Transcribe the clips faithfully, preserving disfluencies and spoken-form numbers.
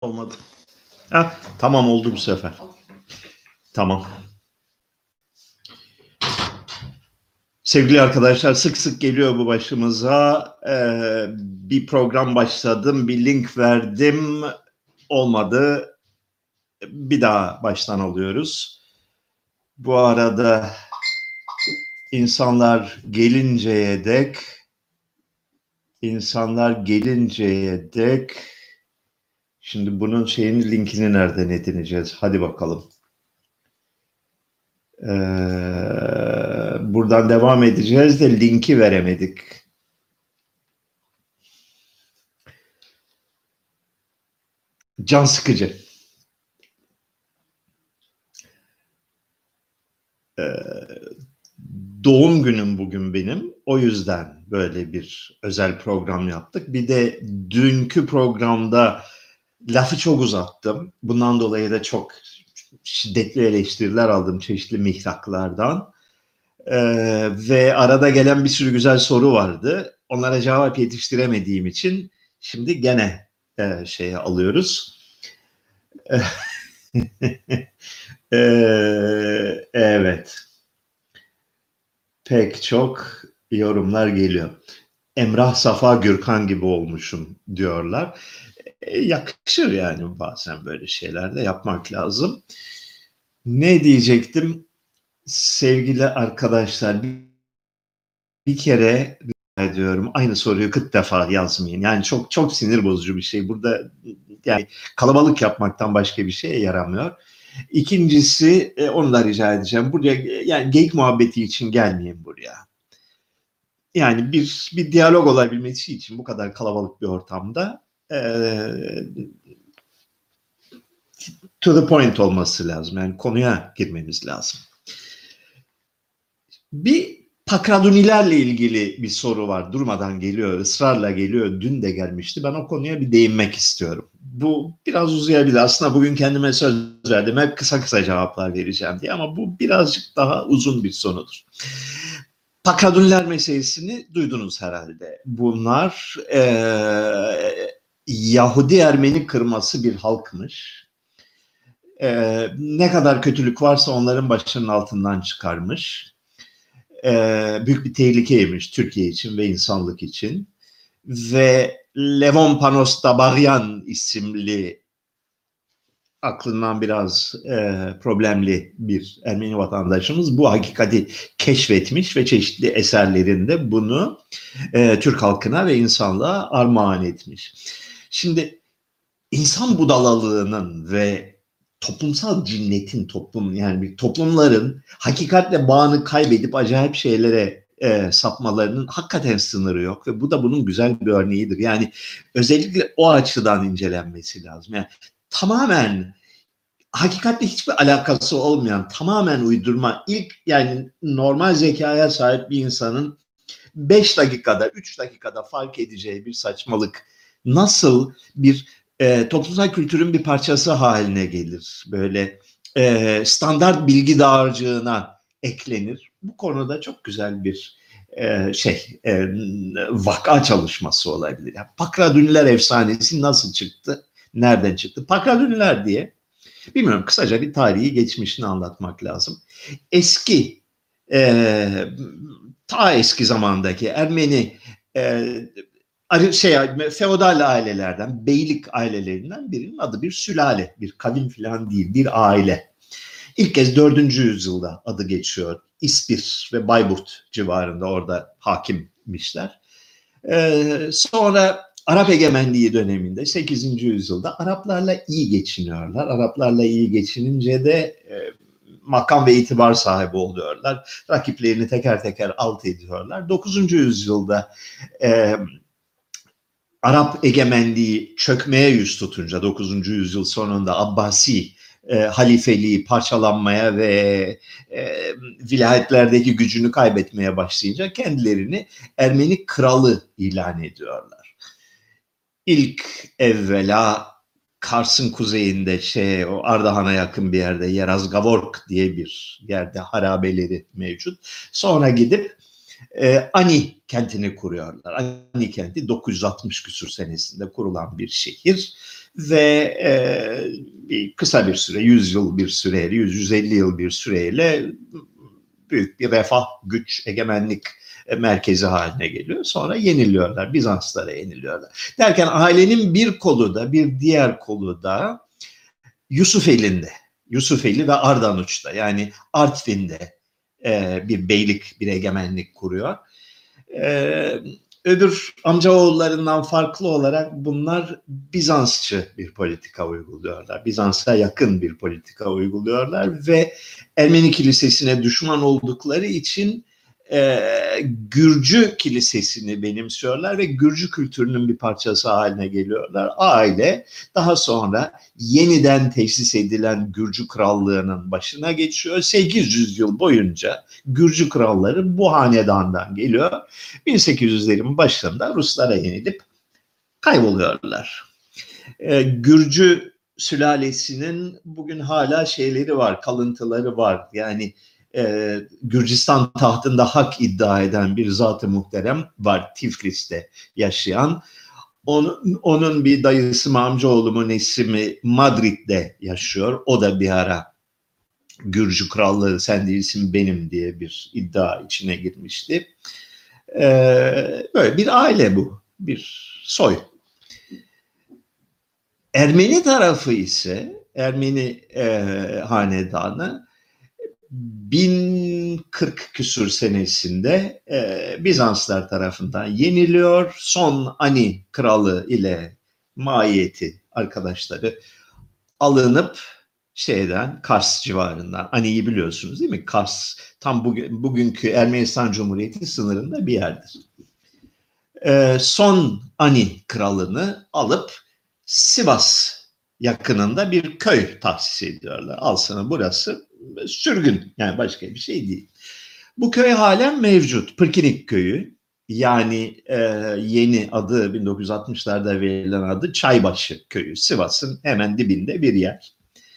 Olmadı. Ha, tamam oldu bu sefer. Tamam. Sevgili arkadaşlar, sık sık geliyor bu başımıza. Ee, bir program başladım, bir link verdim, olmadı. Bir daha baştan alıyoruz. Bu arada insanlar gelinceye dek, insanlar gelinceye dek, şimdi bunun şeyin linkini nereden edineceğiz? Hadi bakalım. Ee, buradan devam edeceğiz de linki veremedik. Can sıkıcı. Ee, doğum günüm bugün benim. O yüzden böyle bir özel program yaptık. Bir de dünkü programda lafı çok uzattım. Bundan dolayı da çok şiddetli eleştiriler aldım çeşitli mihraklardan. Ee, ve arada gelen bir sürü güzel soru vardı. Onlara cevap yetiştiremediğim için şimdi gene e, şeye alıyoruz. ee, evet. Pek çok yorumlar geliyor. Emrah Safa Gürkan gibi olmuşum diyorlar. E, yakışır yani bazen böyle şeyler de yapmak lazım. Ne diyecektim? Sevgili arkadaşlar, bir, bir kere rica ediyorum aynı soruyu kırk defa yazmayın. Yani çok çok sinir bozucu bir şey. Burada yani kalabalık yapmaktan başka bir şeye yaramıyor. İkincisi e, onu da rica edeceğim. Buraya yani geyik muhabbeti için gelmeyin buraya. Yani bir bir diyalog olabilmesi için bu kadar kalabalık bir ortamda e, to the point olması lazım. Yani konuya girmemiz lazım. Bir Pakradunilerle ilgili bir soru var. Durmadan geliyor, ısrarla geliyor. Dün de gelmişti. Ben o konuya bir değinmek istiyorum. Bu biraz uzayabilir. Aslında bugün kendime söz verdim. Hep kısa kısa cevaplar vereceğim diye ama bu birazcık daha uzun bir sorudur. Pakraduniler meselesini duydunuz herhalde. Bunlar e, Yahudi Ermeni kırması bir halkmış. E, ne kadar kötülük varsa onların başının altından çıkarmış. E, büyük bir tehlikeymiş Türkiye için ve insanlık için. Ve Levon Panos Tabarian isimli aklından biraz e, problemli bir Ermeni vatandaşımız bu hakikati keşfetmiş ve çeşitli eserlerinde bunu e, Türk halkına ve insanlığa armağan etmiş. Şimdi insan budalalığının ve toplumsal cinnetin toplum yani bir toplumların hakikatle bağını kaybedip acayip şeylere e, sapmalarının hakikaten sınırı yok ve bu da bunun güzel bir örneğidir. Yani özellikle o açıdan incelenmesi lazım. Yani tamamen hakikatle hiçbir alakası olmayan tamamen uydurma ilk yani normal zekaya sahip bir insanın beş dakikada, üç dakikada fark edeceği bir saçmalık nasıl bir e, toplumsal kültürün bir parçası haline gelir? Böyle e, standart bilgi dağarcığına eklenir. Bu konuda çok güzel bir e, şey e, vaka çalışması olabilir. Yani Pakraduniler efsanesi nasıl çıktı? Nereden çıktı? Pakraduniler diye bilmiyorum kısaca bir tarihi geçmişini anlatmak lazım. Eski e, ta eski zamandaki Ermeni e, şey feodal ailelerden, beylik ailelerinden birinin adı bir sülale, bir kavim falan değil, bir aile. İlk kez dördüncü yüzyılda adı geçiyor. İspir ve Bayburt civarında orada hakimmişler. Ee, sonra Arap egemenliği döneminde sekizinci yüzyılda Araplarla iyi geçiniyorlar. Araplarla iyi geçinince de e, makam ve itibar sahibi oluyorlar. Rakiplerini teker teker alt ediyorlar. dokuzuncu yüzyılda e, Arap egemenliği çökmeye yüz tutunca dokuzuncu yüzyıl sonunda Abbasi e, halifeliği parçalanmaya ve e, vilayetlerdeki gücünü kaybetmeye başlayınca kendilerini Ermeni kralı ilan ediyorlar. İlk evvela Kars'ın kuzeyinde şey o Ardahan'a yakın bir yerde Yerazgavork diye bir yerde harabeleri mevcut. Sonra gidip e, Ani kentini kuruyorlar. Ani kenti dokuz yüz altmış küsur senesinde kurulan bir şehir ve e, bir kısa bir süre, yüz yıl bir süreyle, yüz yüz elli yıl bir süreyle büyük bir refah, güç, egemenlik merkezi haline geliyor. Sonra yeniliyorlar, Bizanslara yeniliyorlar. Derken ailenin bir kolu da, bir diğer kolu da Yusufeli'nde, Yusufeli ve Ardanuç'ta, yani Artvin'de e, bir beylik, bir egemenlik kuruyor. E, öbür amcaoğullarından farklı olarak bunlar Bizansçı bir politika uyguluyorlar. Bizans'a yakın bir politika uyguluyorlar ve Ermeni kilisesine düşman oldukları için e, Gürcü kilisesini benimsiyorlar ve Gürcü kültürünün bir parçası haline geliyorlar. Aile daha sonra yeniden tesis edilen Gürcü krallığının başına geçiyor. sekiz yüz yıl boyunca Gürcü kralları bu hanedandan geliyor. bin sekiz yüzlerin başında Ruslara yenilip kayboluyorlar. Ee, Gürcü sülalesinin bugün hala şeyleri var, kalıntıları var. Yani e, Gürcistan tahtında hak iddia eden bir zat-ı muhterem var, Tiflis'te yaşayan. Onun, onun bir dayısı, amcaoğlu mu nesimi Madrid'de yaşıyor. O da bir ara Gürcü krallığı sen değilsin benim diye bir iddia içine girmişti. Ee, böyle bir aile bu, bir soy. Ermeni tarafı ise, Ermeni e, hanedanı bin kırk küsur senesinde e, Bizanslar tarafından yeniliyor. Son Ani kralı ile maiyeti arkadaşları alınıp şeyden, Kars civarından, Ani'yi biliyorsunuz değil mi? Kars tam bugün, bugünkü Ermenistan Cumhuriyeti sınırında bir yerdir. E, son Ani kralını alıp Sivas yakınında bir köy tahsis ediyorlar. Al sana burası sürgün, yani başka bir şey değil. Bu köy halen mevcut. Pırkinik köyü, yani e, yeni adı bin dokuz yüz altmışlarda verilen adı Çaybaşı köyü. Sivas'ın hemen dibinde bir yer.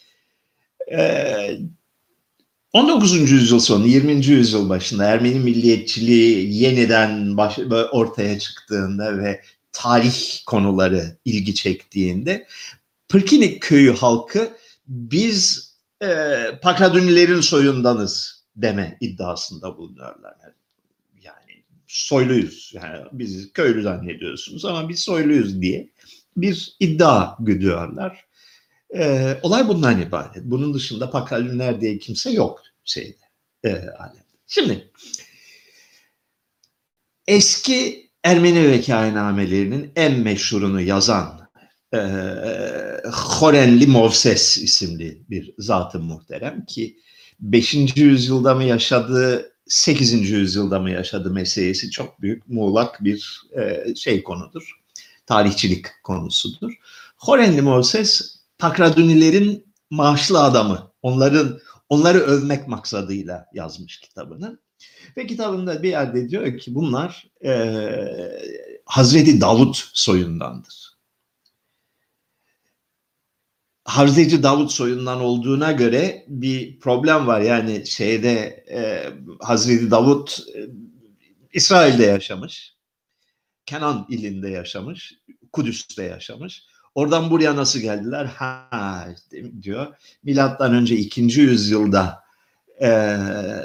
E, on dokuzuncu yüzyıl sonu, yirminci yüzyıl başında Ermeni milliyetçiliği yeniden baş, ortaya çıktığında ve tarih konuları ilgi çektiğinde Pırkinik köyü halkı biz e, Pakradunilerin soyundanız deme iddiasında bulunuyorlar. Yani soyluyuz, yani biz köylü zannediyorsunuz ama biz soyluyuz diye bir iddia güdüyorlar. E, olay bundan ibaret. Bunun dışında Pakraduniler diye kimse yok şeyde. E, alemde. Şimdi eski Ermeni vekainamelerinin en meşhurunu yazan e, Horenli Movses isimli bir zat-ı muhterem ki beşinci yüzyılda mı yaşadı, sekizinci yüzyılda mı yaşadı meselesi çok büyük muğlak bir e, şey konudur. Tarihçilik konusudur. Horenli Movses Pakradunilerin maaşlı adamı. Onların onları övmek maksadıyla yazmış kitabını. Ve kitabında bir yerde diyor ki bunlar e, Hazreti Davut soyundandır. Hazreti Davut soyundan olduğuna göre bir problem var. Yani şeyde e, Hazreti Davut e, İsrail'de yaşamış. Kenan ilinde yaşamış. Kudüs'te yaşamış. Oradan buraya nasıl geldiler? Ha diyor. Milattan önce ikinci yüzyılda e,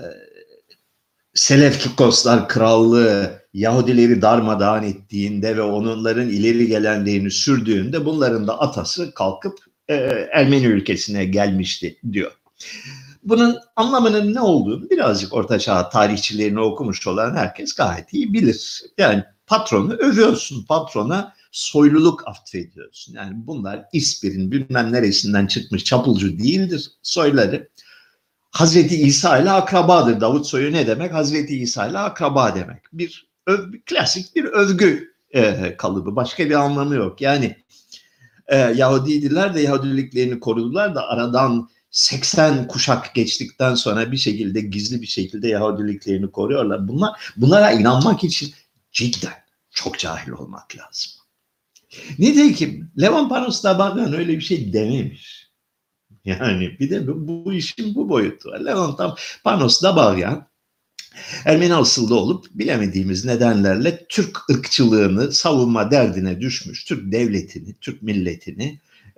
Selevkikoslar Krallığı Yahudileri darmadağın ettiğinde ve onların ileri gelenliğini sürdüğünde bunların da atası kalkıp e, Ermeni ülkesine gelmişti diyor. Bunun anlamının ne olduğunu birazcık Ortaçağ tarihçilerini okumuş olan herkes gayet iyi bilir. Yani patronu övüyorsun, patrona soyluluk atfediyorsun. Yani bunlar İspir'in bilmem neresinden çıkmış çapulcu değildir soyları. Hazreti İsa ile akrabadır. Davut soyu ne demek? Hazreti İsa ile akraba demek. Bir öv, klasik bir övgü e, kalıbı. Başka bir anlamı yok. Yani e, Yahudiydiler de Yahudiliklerini korudular da aradan seksen kuşak geçtikten sonra bir şekilde gizli bir şekilde Yahudiliklerini koruyorlar. Bunlar, bunlara inanmak için cidden çok cahil olmak lazım. Nitekim Levan Panos Tabağan öyle bir şey dememiş. Yani bir de bu, bu işin bu boyutu var. Levan Panos Tabağan Ermeni asıllı olup bilemediğimiz nedenlerle Türk ırkçılığını savunma derdine düşmüş. Türk devletini, Türk milletini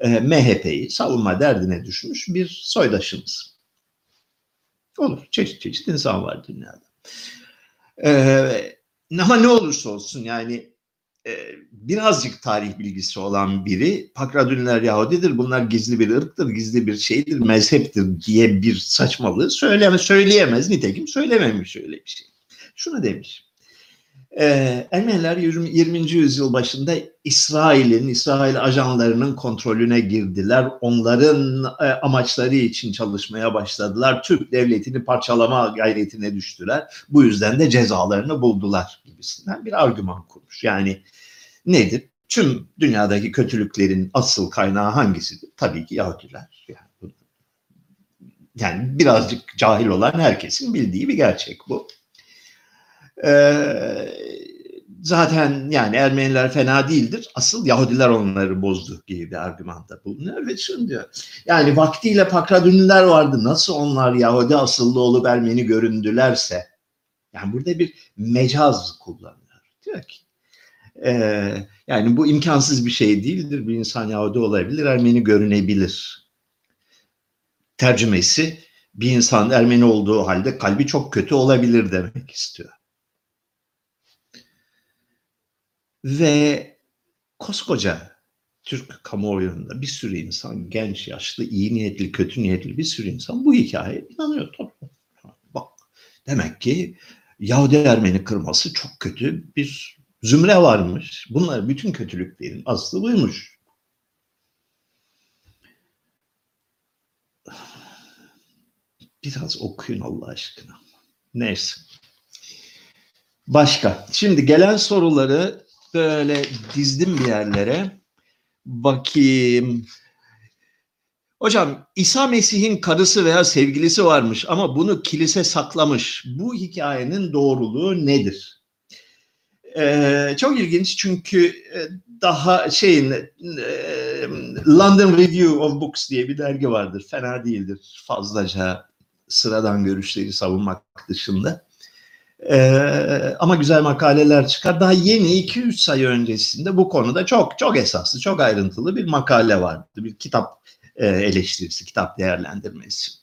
e, M H P'yi savunma derdine düşmüş bir soydaşımız. Olur. Çeşit çeşit insan var dünyada. Ee, ama ne olursa olsun yani e, birazcık tarih bilgisi olan biri Pakradünler Yahudidir, bunlar gizli bir ırktır, gizli bir şeydir, mezheptir diye bir saçmalığı söyleme, söyleyemez. Nitekim söylememiş öyle bir şey. Şunu demiş. Ee, Ermeniler yirminci yüzyıl başında İsrail'in, İsrail ajanlarının kontrolüne girdiler. Onların e, amaçları için çalışmaya başladılar. Türk devletini parçalama gayretine düştüler. Bu yüzden de cezalarını buldular gibisinden bir argüman kurmuş. Yani nedir? Tüm dünyadaki kötülüklerin asıl kaynağı hangisidir? Tabii ki Yahudiler. Yani, yani birazcık cahil olan herkesin bildiği bir gerçek bu. Ee, zaten yani Ermeniler fena değildir. Asıl Yahudiler onları bozdu gibi bir argümanda bulunuyor ve şunu diyor. Yani vaktiyle Pakradünlüler vardı. Nasıl onlar Yahudi asıllı olup Ermeni göründülerse, yani burada bir mecaz kullanıyor. Diyor ki e, yani bu imkansız bir şey değildir. Bir insan Yahudi olabilir, Ermeni görünebilir. Tercümesi bir insan Ermeni olduğu halde kalbi çok kötü olabilir demek istiyor. Ve koskoca Türk kamuoyunda bir sürü insan, genç, yaşlı, iyi niyetli, kötü niyetli bir sürü insan bu hikayeye inanıyor. Bak, demek ki Yahudi Ermeni kırması çok kötü bir zümre varmış. Bunlar bütün kötülüklerin aslı buymuş. Biraz okuyun Allah aşkına. Neyse. Başka. Şimdi gelen soruları böyle dizdim bir yerlere. Bakayım. Hocam, İsa Mesih'in karısı veya sevgilisi varmış ama bunu kilise saklamış. Bu hikayenin doğruluğu nedir? Ee, çok ilginç çünkü daha şeyin London Review of Books diye bir dergi vardır. Fena değildir. Fazlaca sıradan görüşleri savunmak dışında. Ee, ama güzel makaleler çıkar. Daha yeni iki üç sayı öncesinde bu konuda çok çok esaslı, çok ayrıntılı bir makale vardı. Bir kitap e, eleştirisi, kitap değerlendirmesi.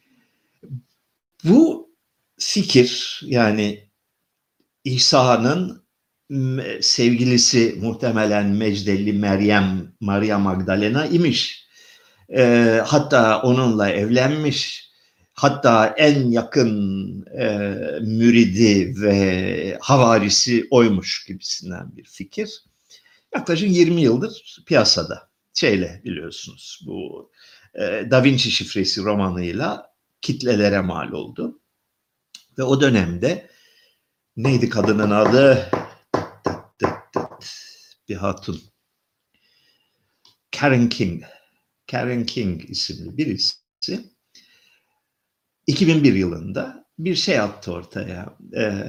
Bu fikir, yani İsa'nın sevgilisi muhtemelen Mecdelli Meryem, Maria Magdalena imiş. E, hatta onunla evlenmiş. Hatta en yakın e, müridi ve havarisi oymuş gibisinden bir fikir. Yaklaşık yirmi yıldır piyasada. Şeyle biliyorsunuz, bu e, Da Vinci şifresi romanıyla kitlelere mal oldu. Ve o dönemde neydi kadının adı? Bir hatun. Karen King. Karen King isimli birisi iki bin bir yılında bir şey attı ortaya. Ee,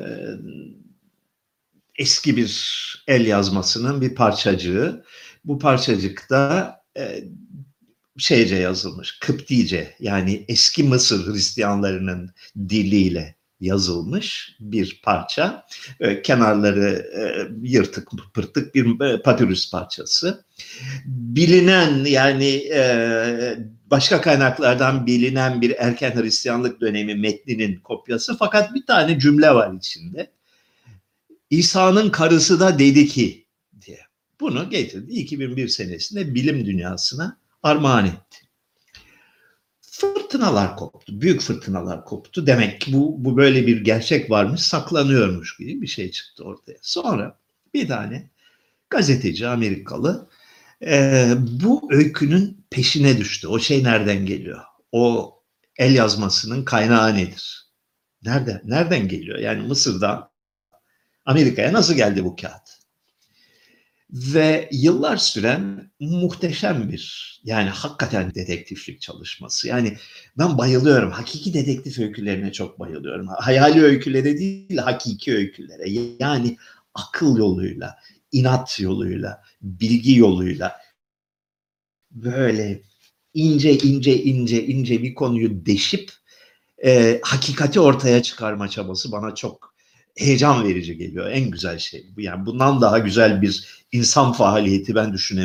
eski bir el yazmasının bir parçacığı. Bu parçacıkta e, şeyce yazılmış, Kıptice, yani eski Mısır Hristiyanlarının diliyle yazılmış bir parça. E, kenarları e, yırtık pırtık bir e, papirüs parçası. Bilinen, yani e, başka kaynaklardan bilinen bir erken Hristiyanlık dönemi metninin kopyası, fakat bir tane cümle var içinde. İsa'nın karısı da dedi ki diye. Bunu getirdi iki bin bir senesinde bilim dünyasına armağan etti. Fırtınalar koptu. Büyük fırtınalar koptu. Demek ki bu, bu böyle bir gerçek varmış, saklanıyormuş gibi bir şey çıktı ortaya. Sonra bir tane gazeteci Amerikalı e, bu öykünün peşine düştü. O şey nereden geliyor? O el yazmasının kaynağı nedir? Nereden, nereden geliyor? Yani Mısır'dan Amerika'ya nasıl geldi bu kağıt? Ve yıllar süren muhteşem bir, yani hakikaten dedektiflik çalışması. Yani ben bayılıyorum. Hakiki dedektif öykülerine çok bayılıyorum. Hayali öykülere değil, hakiki öykülere. Yani akıl yoluyla, inat yoluyla, bilgi yoluyla böyle ince ince ince ince bir konuyu deşip e, hakikati ortaya çıkarma çabası bana çok heyecan verici geliyor. En güzel şey bu. Yani bundan daha güzel bir insan faaliyeti ben düşünemiyorum.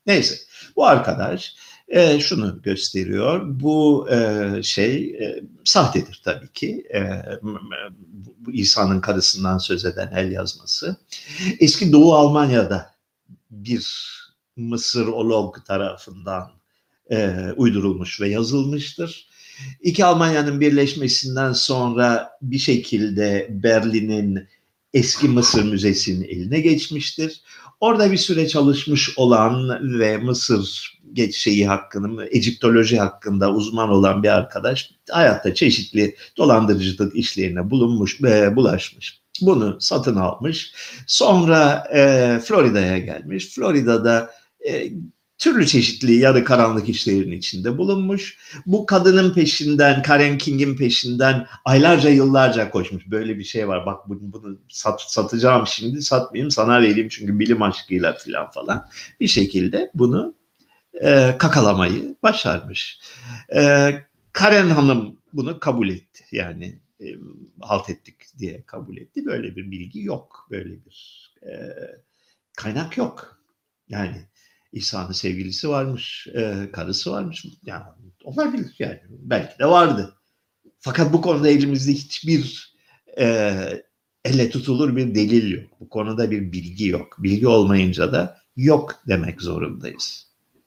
Neyse, bu arkadaş e, şunu gösteriyor. Bu e, şey e, sahtedir tabii ki. E, bu İsa'nın karısından söz eden el yazması. Eski Doğu Almanya'da bir Mısırolog tarafından e, uydurulmuş ve yazılmıştır. İki Almanya'nın birleşmesinden sonra bir şekilde Berlin'in eski Mısır Müzesi'nin eline geçmiştir. Orada bir süre çalışmış olan ve Mısır şeyi hakkında, Egiptoloji hakkında uzman olan bir arkadaş hayatta çeşitli dolandırıcılık işlerine bulunmuş, e, bulaşmış. Bunu satın almış. Sonra e, Florida'ya gelmiş. Florida'da e, türlü çeşitli yarı karanlık işlerin içinde bulunmuş. Bu kadının peşinden, Karen King'in peşinden aylarca yıllarca koşmuş. Böyle bir şey var. Bak bunu, bunu sat, satacağım şimdi, satmayayım, sana vereyim çünkü bilim aşkıyla falan falan. Bir şekilde bunu e, kakalamayı başarmış. E, Karen Hanım bunu kabul etti. Yani e, halt ettik diye kabul etti. Böyle bir bilgi yok. Böyle bir e, kaynak yok. Yani İsa'nın sevgilisi varmış, e, karısı varmış. Yani olabilir yani. Belki de vardı. Fakat bu konuda elimizde hiçbir e, elle tutulur bir delil yok. Bu konuda bir bilgi yok. Bilgi olmayınca da yok demek zorundayız.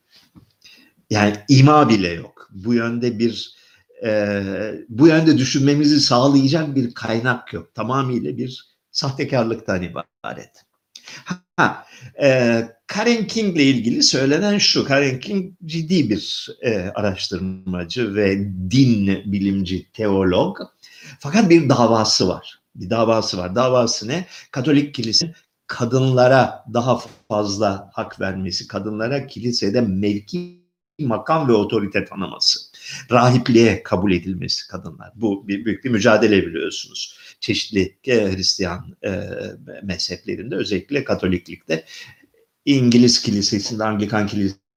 Yani ima bile yok. Bu yönde bir e, bu yönde düşünmemizi sağlayacak bir kaynak yok. Tamamıyla bir sahtekarlıktan ibaret. Ha, e, Karen King ile ilgili söylenen şu. Karen King ciddi bir e, araştırmacı ve din bilimci, teolog. Fakat bir davası var. Bir davası var. Davası ne? Katolik Kilisenin kadınlara daha fazla hak vermesi, kadınlara kilisede mevki, makam ve otorite tanıması, rahipliğe kabul edilmesi kadınlar. Bu bir, büyük bir mücadele biliyorsunuz. Çeşitli e, Hristiyan e, mezheplerinde, özellikle Katoliklikte, İngiliz kilisesinde, Anglikan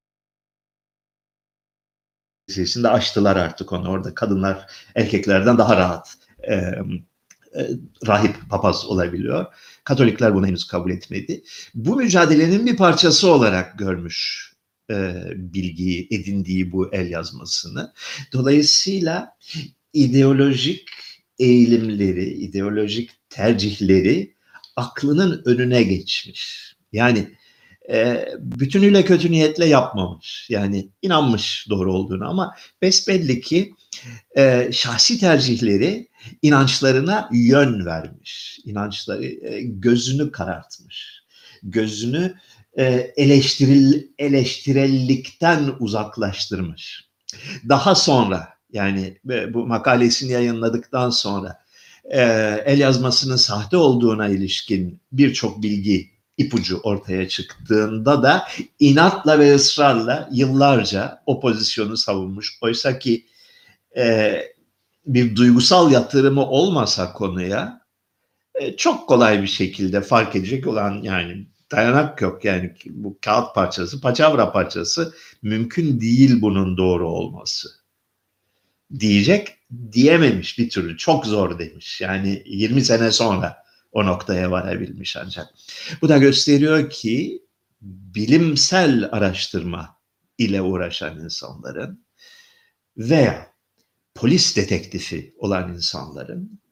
kilisesinde açtılar artık onu. Orada kadınlar erkeklerden daha rahat e, e, rahip, papaz olabiliyor. Katolikler bunu henüz kabul etmedi. Bu mücadelenin bir parçası olarak görmüş e, bilgiyi, edindiği bu el yazmasını. Dolayısıyla ideolojik eğilimleri, ideolojik tercihleri aklının önüne geçmiş. Yani e, bütünüyle kötü niyetle yapmamış. Yani inanmış doğru olduğunu ama besbelli ki e, şahsi tercihleri inançlarına yön vermiş. İnançları e, gözünü karartmış. Gözünü e, eleştiril, eleştirellikten uzaklaştırmış. Daha sonra, yani bu makalesini yayınladıktan sonra e, el yazmasının sahte olduğuna ilişkin birçok bilgi, ipucu ortaya çıktığında da inatla ve ısrarla yıllarca o pozisyonu savunmuş. Oysa ki e, bir duygusal yatırımı olmasa konuya e, çok kolay bir şekilde fark edecek olan, yani dayanak yok, yani bu kağıt parçası, paçavra parçası, mümkün değil bunun doğru olması diyecek, diyememiş bir türlü. Çok zor demiş. Yani yirmi sene sonra o noktaya varabilmiş ancak. Bu da gösteriyor ki bilimsel araştırma ile uğraşan insanların veya polis dedektifi olan insanların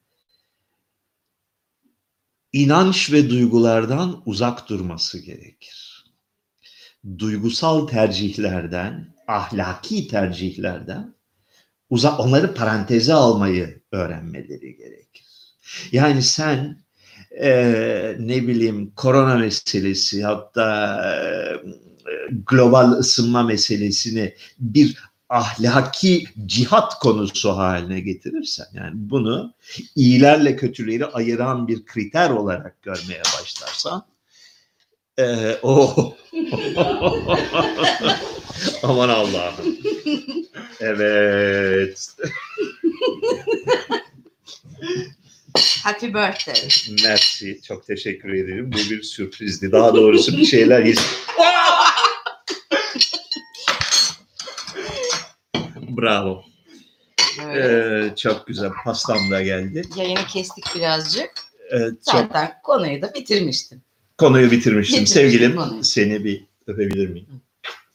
inanç ve duygulardan uzak durması gerekir. Duygusal tercihlerden, ahlaki tercihlerden uzak, onları paranteze almayı öğrenmeleri gerekir. Yani sen e, ne bileyim korona meselesi, hatta e, global ısınma meselesini bir ahlaki cihat konusu haline getirirsen, yani bunu iyilerle kötüleri ayıran bir kriter olarak görmeye başlarsan, e, oh. Aman Allah'ım. Evet. Happy birthday. Merci. Çok teşekkür ederim. Bu bir sürprizdi. Daha doğrusu bir şeyler his... Bravo. Ee, çok güzel. Pastam da geldi. Yayını kestik birazcık. Evet, Zaten çok... konuyu da bitirmiştim. Konuyu bitirmiştim. Bitirmiştim Sevgilim, konuyu. seni bir öpebilir miyim?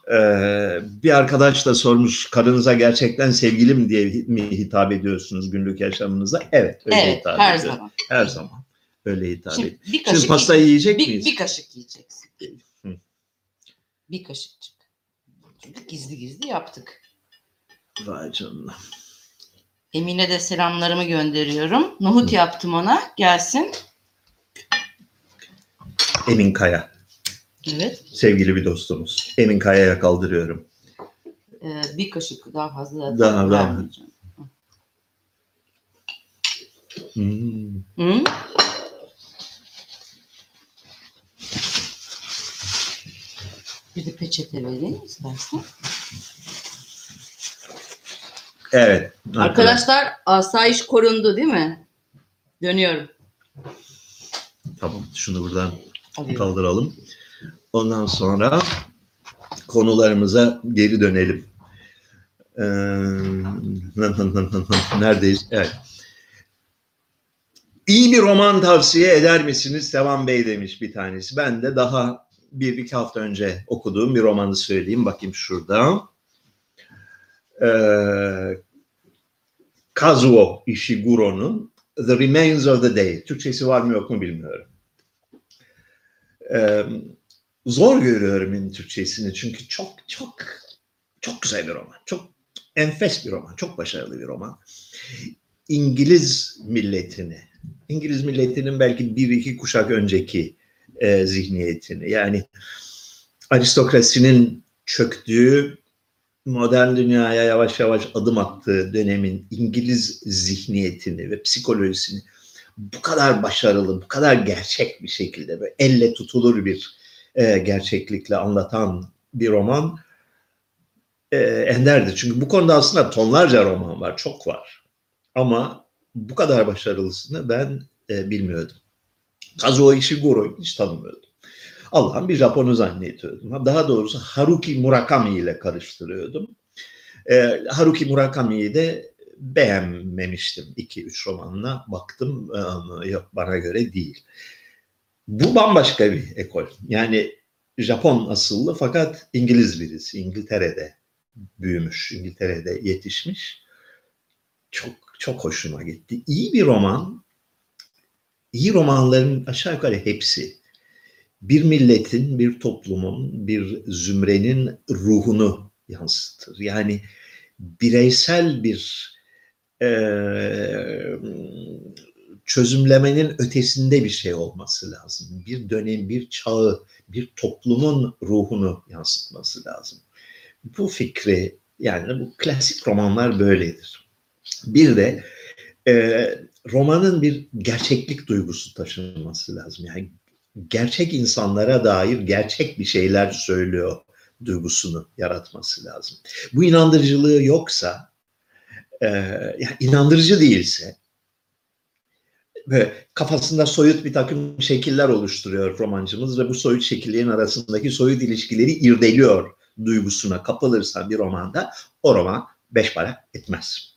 Ee, bir arkadaş da sormuş, karınıza gerçekten sevgilim diye mi hitap ediyorsunuz günlük yaşamınıza? Evet, öyle Evet, hitap her ediyorum. zaman. Her zaman öyle hitap Şimdi ediyorum. bir kaşık Şimdi pastayı yiyecek bir, miyiz? bir kaşık yiyeceksin. Hı. Bir kaşıkçık. Çünkü gizli gizli yaptık. Vay canına. Emine de selamlarımı gönderiyorum. Nohut Hı. yaptım ona. Gelsin. Emin Kaya. Evet. Sevgili bir dostumuz. Emin Kaya'ya kaldırıyorum. Ee, bir kaşık daha fazla Daha, daha. vermeyeceğim. Hmm. Hı? Bir de peçete vereyim istersen. Evet. Arkadaşlar asayiş korundu değil mi? Dönüyorum. Tamam. Şunu buradan Alıyorum. kaldıralım. Ondan sonra konularımıza geri dönelim. Ee, neredeyiz? Evet. İyi bir roman tavsiye eder misiniz? Sevan Bey demiş bir tanesi. Ben de daha bir iki hafta önce okuduğum bir romanı söyleyeyim. Bakayım şurada. Ee, Kazuo Ishiguro'nun The Remains of the Day. Türkçesi var mı yok mu bilmiyorum. Ee, zor görüyorum Türkçesini çünkü çok çok çok güzel bir roman. Çok enfes bir roman. Çok başarılı bir roman. İngiliz milletini, İngiliz milletinin belki bir iki kuşak önceki e, zihniyetini, yani aristokrasinin çöktüğü, modern dünyaya yavaş yavaş adım attığı dönemin İngiliz zihniyetini ve psikolojisini bu kadar başarılı, bu kadar gerçek bir şekilde, böyle elle tutulur bir e, gerçeklikle anlatan bir roman e, enderdir. Çünkü bu konuda aslında tonlarca roman var, çok var. Ama bu kadar başarılısını ben e, bilmiyordum. Kazuo Ishiguro'yu hiç tanımıyordum. Allah'ım bir Japon'u zannediyordum. Daha doğrusu Haruki Murakami ile karıştırıyordum. E, Haruki Murakami'yi de beğenmemiştim. iki üç romanına baktım. E, yok, bana göre değil. Bu bambaşka bir ekol. Yani Japon asıllı fakat İngiliz birisi. İngiltere'de büyümüş, İngiltere'de yetişmiş. Çok çok hoşuma gitti. İyi bir roman. İyi romanların aşağı yukarı hepsi bir milletin, bir toplumun, bir zümrenin ruhunu yansıtır. Yani bireysel bir e, çözümlemenin ötesinde bir şey olması lazım. Bir dönem, bir çağı, bir toplumun ruhunu yansıtması lazım. Bu fikri, yani bu klasik romanlar böyledir. Bir de e, romanın bir gerçeklik duygusu taşınması lazım. Yani gerçek insanlara dair gerçek bir şeyler söylüyor duygusunu yaratması lazım. Bu inandırıcılığı yoksa, e, yani inandırıcı değilse, böyle kafasında soyut bir takım şekiller oluşturuyor romancımız ve bu soyut şekillerin arasındaki soyut ilişkileri irdeliyor duygusuna kapılırsa bir romanda, o roman beş para etmez.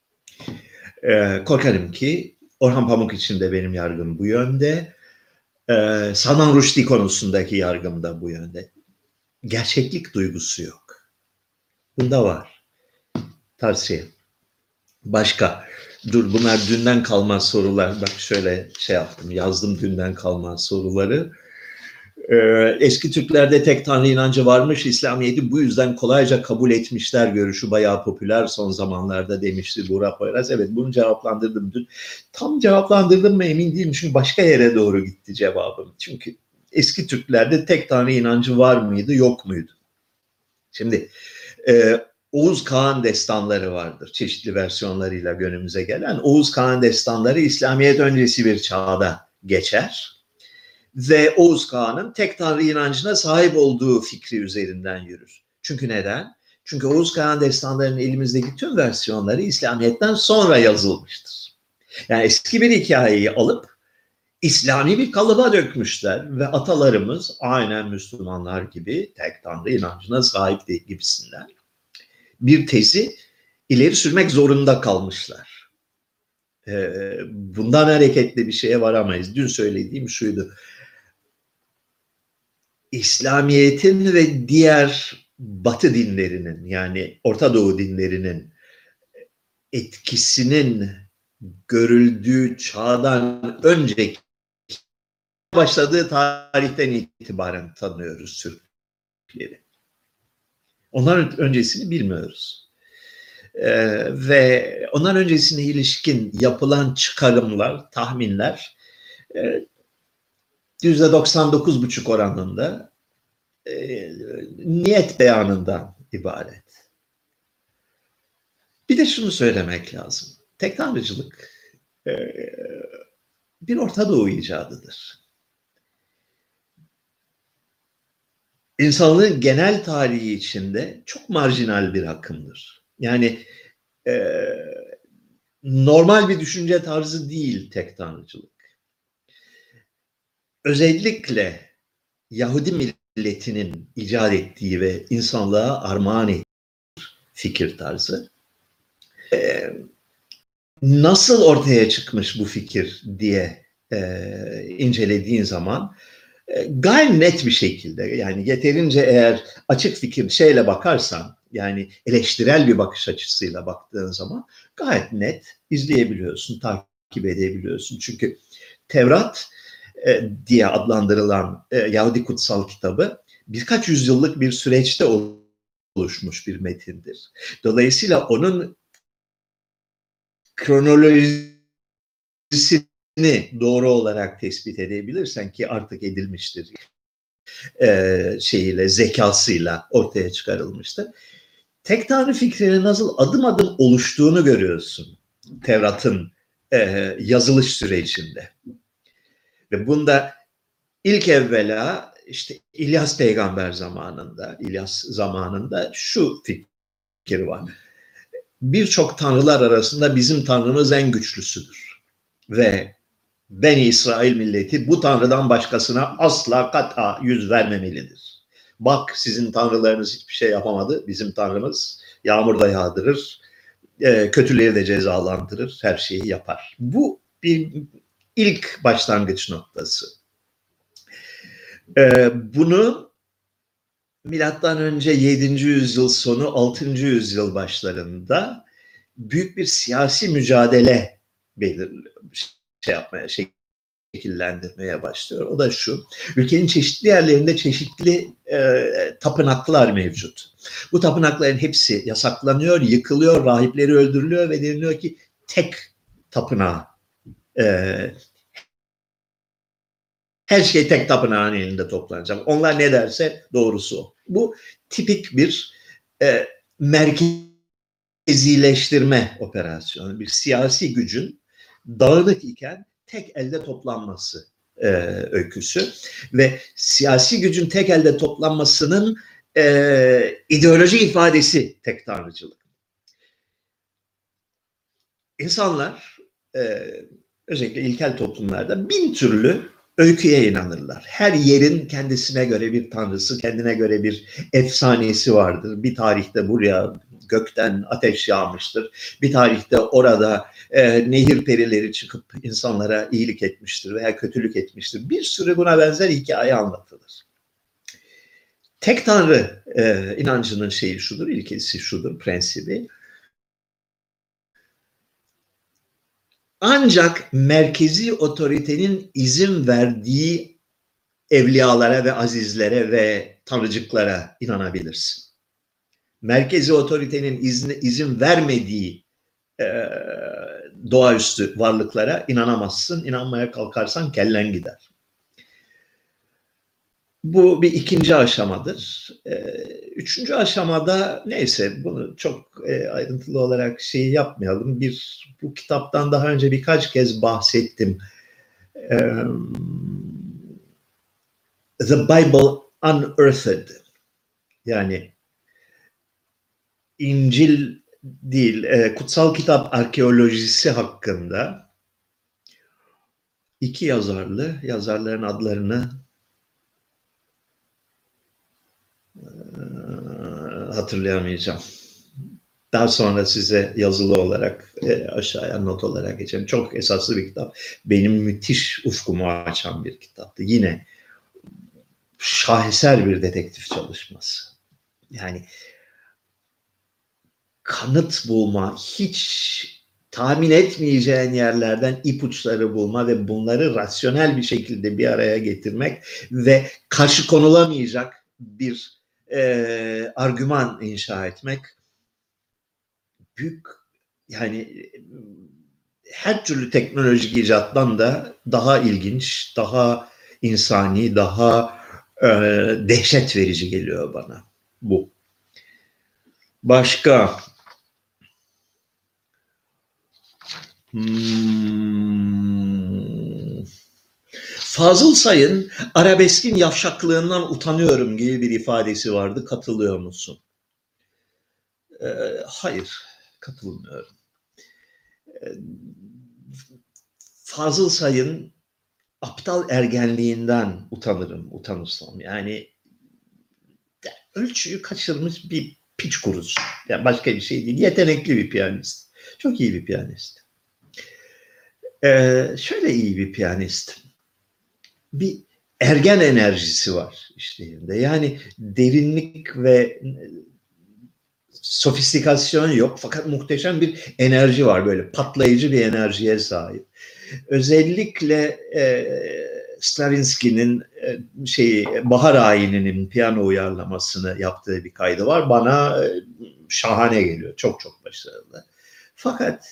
Ee, korkarım ki Orhan Pamuk için de benim yargım bu yönde. Ee, Salman Rushdie konusundaki yargım da bu yönde. Gerçeklik duygusu yok. Bunda var. Tavsiye. Başka. Dur, bunlar dünden kalma sorular. Bak şöyle şey yaptım. Yazdım dünden kalma soruları. Ee, eski Türklerde tek tanrı inancı varmış. İslamiyet'i bu yüzden kolayca kabul etmişler görüşü bayağı popüler son zamanlarda demişti Burak Poyraz. Evet, bunu cevaplandırdım dün. Tam cevaplandırdım mı emin değilim. Çünkü başka yere doğru gitti cevabım. Çünkü eski Türklerde tek tanrı inancı var mıydı, yok muydu? Şimdi e, Oğuz Kağan destanları vardır. Çeşitli versiyonlarıyla günümüze gelen. Oğuz Kağan destanları İslamiyet öncesi bir çağda geçer. Ve Oğuz Kağan'ın tek tanrı inancına sahip olduğu fikri üzerinden yürür. Çünkü neden? Çünkü Oğuz Kağan destanlarının elimizdeki tüm versiyonları İslamiyet'ten sonra yazılmıştır. Yani eski bir hikayeyi alıp İslami bir kalıba dökmüşler ve atalarımız aynen Müslümanlar gibi tek tanrı inancına sahip değil gibisinden bir tezi ileri sürmek zorunda kalmışlar. Bundan hareketle bir şeye varamayız. Dün söylediğim şuydu. İslamiyet'in ve diğer Batı dinlerinin, yani Orta Doğu dinlerinin etkisinin görüldüğü çağdan önceki başladığı tarihten itibaren tanıyoruz Türkleri. Onların öncesini bilmiyoruz. Ee, ve ondan öncesine ilişkin yapılan çıkarımlar, tahminler e, yüzde doksan dokuz buçuk oranında e, niyet beyanından ibaret. Bir de şunu söylemek lazım. Tek tanrıcılık e, bir Orta Doğu icadıdır. İnsanlığın genel tarihi içinde çok marjinal bir akımdır. Yani e, normal bir düşünce tarzı değil tek tanrıcılık. Özellikle Yahudi milletinin icat ettiği ve insanlığa armağan ettiği fikir tarzı. E, nasıl ortaya çıkmış bu fikir diye e, incelediğin zaman e, gayet net bir şekilde, yani yeterince eğer açık fikir şeyle bakarsan, yani eleştirel bir bakış açısıyla baktığın zaman gayet net izleyebiliyorsun, takip edebiliyorsun. Çünkü Tevrat e, diye adlandırılan e, Yahudi kutsal kitabı birkaç yüzyıllık bir süreçte oluşmuş bir metindir. Dolayısıyla onun kronolojisini doğru olarak tespit edebilirsen, ki artık edilmiştir, e, şeyiyle, zekasıyla ortaya çıkarılmıştır. Tek tanrı fikrinin nasıl adım adım oluştuğunu görüyorsun Tevrat'ın e, yazılış sürecinde. Ve bunda ilk evvela işte İlyas peygamber zamanında, İlyas zamanında şu fikir var. Birçok tanrılar arasında bizim tanrımız en güçlüsüdür. Ve Beni İsrail milleti bu tanrıdan başkasına asla kata yüz vermemelidir. Bak, sizin tanrılarınız hiçbir şey yapamadı. Bizim tanrımız yağmur da yağdırır, kötüleri de cezalandırır, her şeyi yapar. Bu bir ilk başlangıç noktası. Bunu milattan önce yedinci yüzyıl sonu, altıncı yüzyıl başlarında büyük bir siyasi mücadele belirliyor, şey yapmaya, şekillendirmeye başlıyor. O da şu: ülkenin çeşitli yerlerinde çeşitli e, tapınaklar mevcut. Bu tapınakların hepsi yasaklanıyor, yıkılıyor, rahipleri öldürülüyor ve deniliyor ki tek tapınağı, e, her şey tek tapınağın elinde toplanacak. Onlar ne derse doğrusu o. Bu tipik bir e, merkezileştirme operasyonu. Bir siyasi gücün dağınık iken tek elde toplanması e, öyküsü. Ve siyasi gücün tek elde toplanmasının e, ideoloji ifadesi tek tanrıcılık. İnsanlar e, özellikle ilkel toplumlarda bin türlü öyküye inanırlar. Her yerin kendisine göre bir tanrısı, kendine göre bir efsanesi vardır. Bir tarihte buraya gökten ateş yağmıştır. Bir tarihte orada e, nehir perileri çıkıp insanlara iyilik etmiştir veya kötülük etmiştir. Bir sürü buna benzer hikaye anlatılır. Tek tanrı e, inancının şeyi şudur, ilkesi şudur, prensibi. Ancak merkezi otoritenin izin verdiği evliyalara ve azizlere ve tanrıcıklara inanabilirsin. Merkezi otoritenin izni, izin vermediği e, doğaüstü varlıklara inanamazsın. İnanmaya kalkarsan kellen gider. Bu bir ikinci aşamadır. E, üçüncü aşamada neyse, bunu çok e, ayrıntılı olarak şey yapmayalım. Bir bu kitaptan daha önce birkaç kez bahsettim. E, The Bible Unearthed, yani İncil değil, e, kutsal kitap arkeolojisi hakkında iki yazarlı, yazarların adlarını e, hatırlayamayacağım. Daha sonra size yazılı olarak e, aşağıya not olarak geçelim. Çok esaslı bir kitap. Benim müthiş ufkumu açan bir kitaptı. Yine şaheser bir dedektif çalışması. Yani kanıt bulma, hiç tahmin etmeyeceğin yerlerden ipuçları bulma ve bunları rasyonel bir şekilde bir araya getirmek ve karşı konulamayacak bir e, argüman inşa etmek büyük, yani her türlü teknolojik icattan da daha ilginç, daha insani, daha e, dehşet verici geliyor bana bu. Başka? Hmm. Fazıl Say'ın arabeskin yavşaklığından utanıyorum gibi bir ifadesi vardı. Katılıyor musun? Ee, hayır, katılmıyorum. Ee, Fazıl Say'ın aptal ergenliğinden utanırım, utanırsam. Yani ölçüyü kaçırmış bir piç kurusu. Yani başka bir şey değil. Yetenekli bir piyanist. Çok iyi bir piyanist. Ee, şöyle iyi bir piyanist. Bir ergen enerjisi var işlerinde. Yani derinlik ve sofistikasyon yok fakat muhteşem bir enerji var, böyle patlayıcı bir enerjiye sahip. Özellikle e, Stravinsky'nin e, şeyi Bahar Ayini'nin piyano uyarlamasını yaptığı bir kaydı var. Bana e, şahane geliyor. Çok çok başarılı. Fakat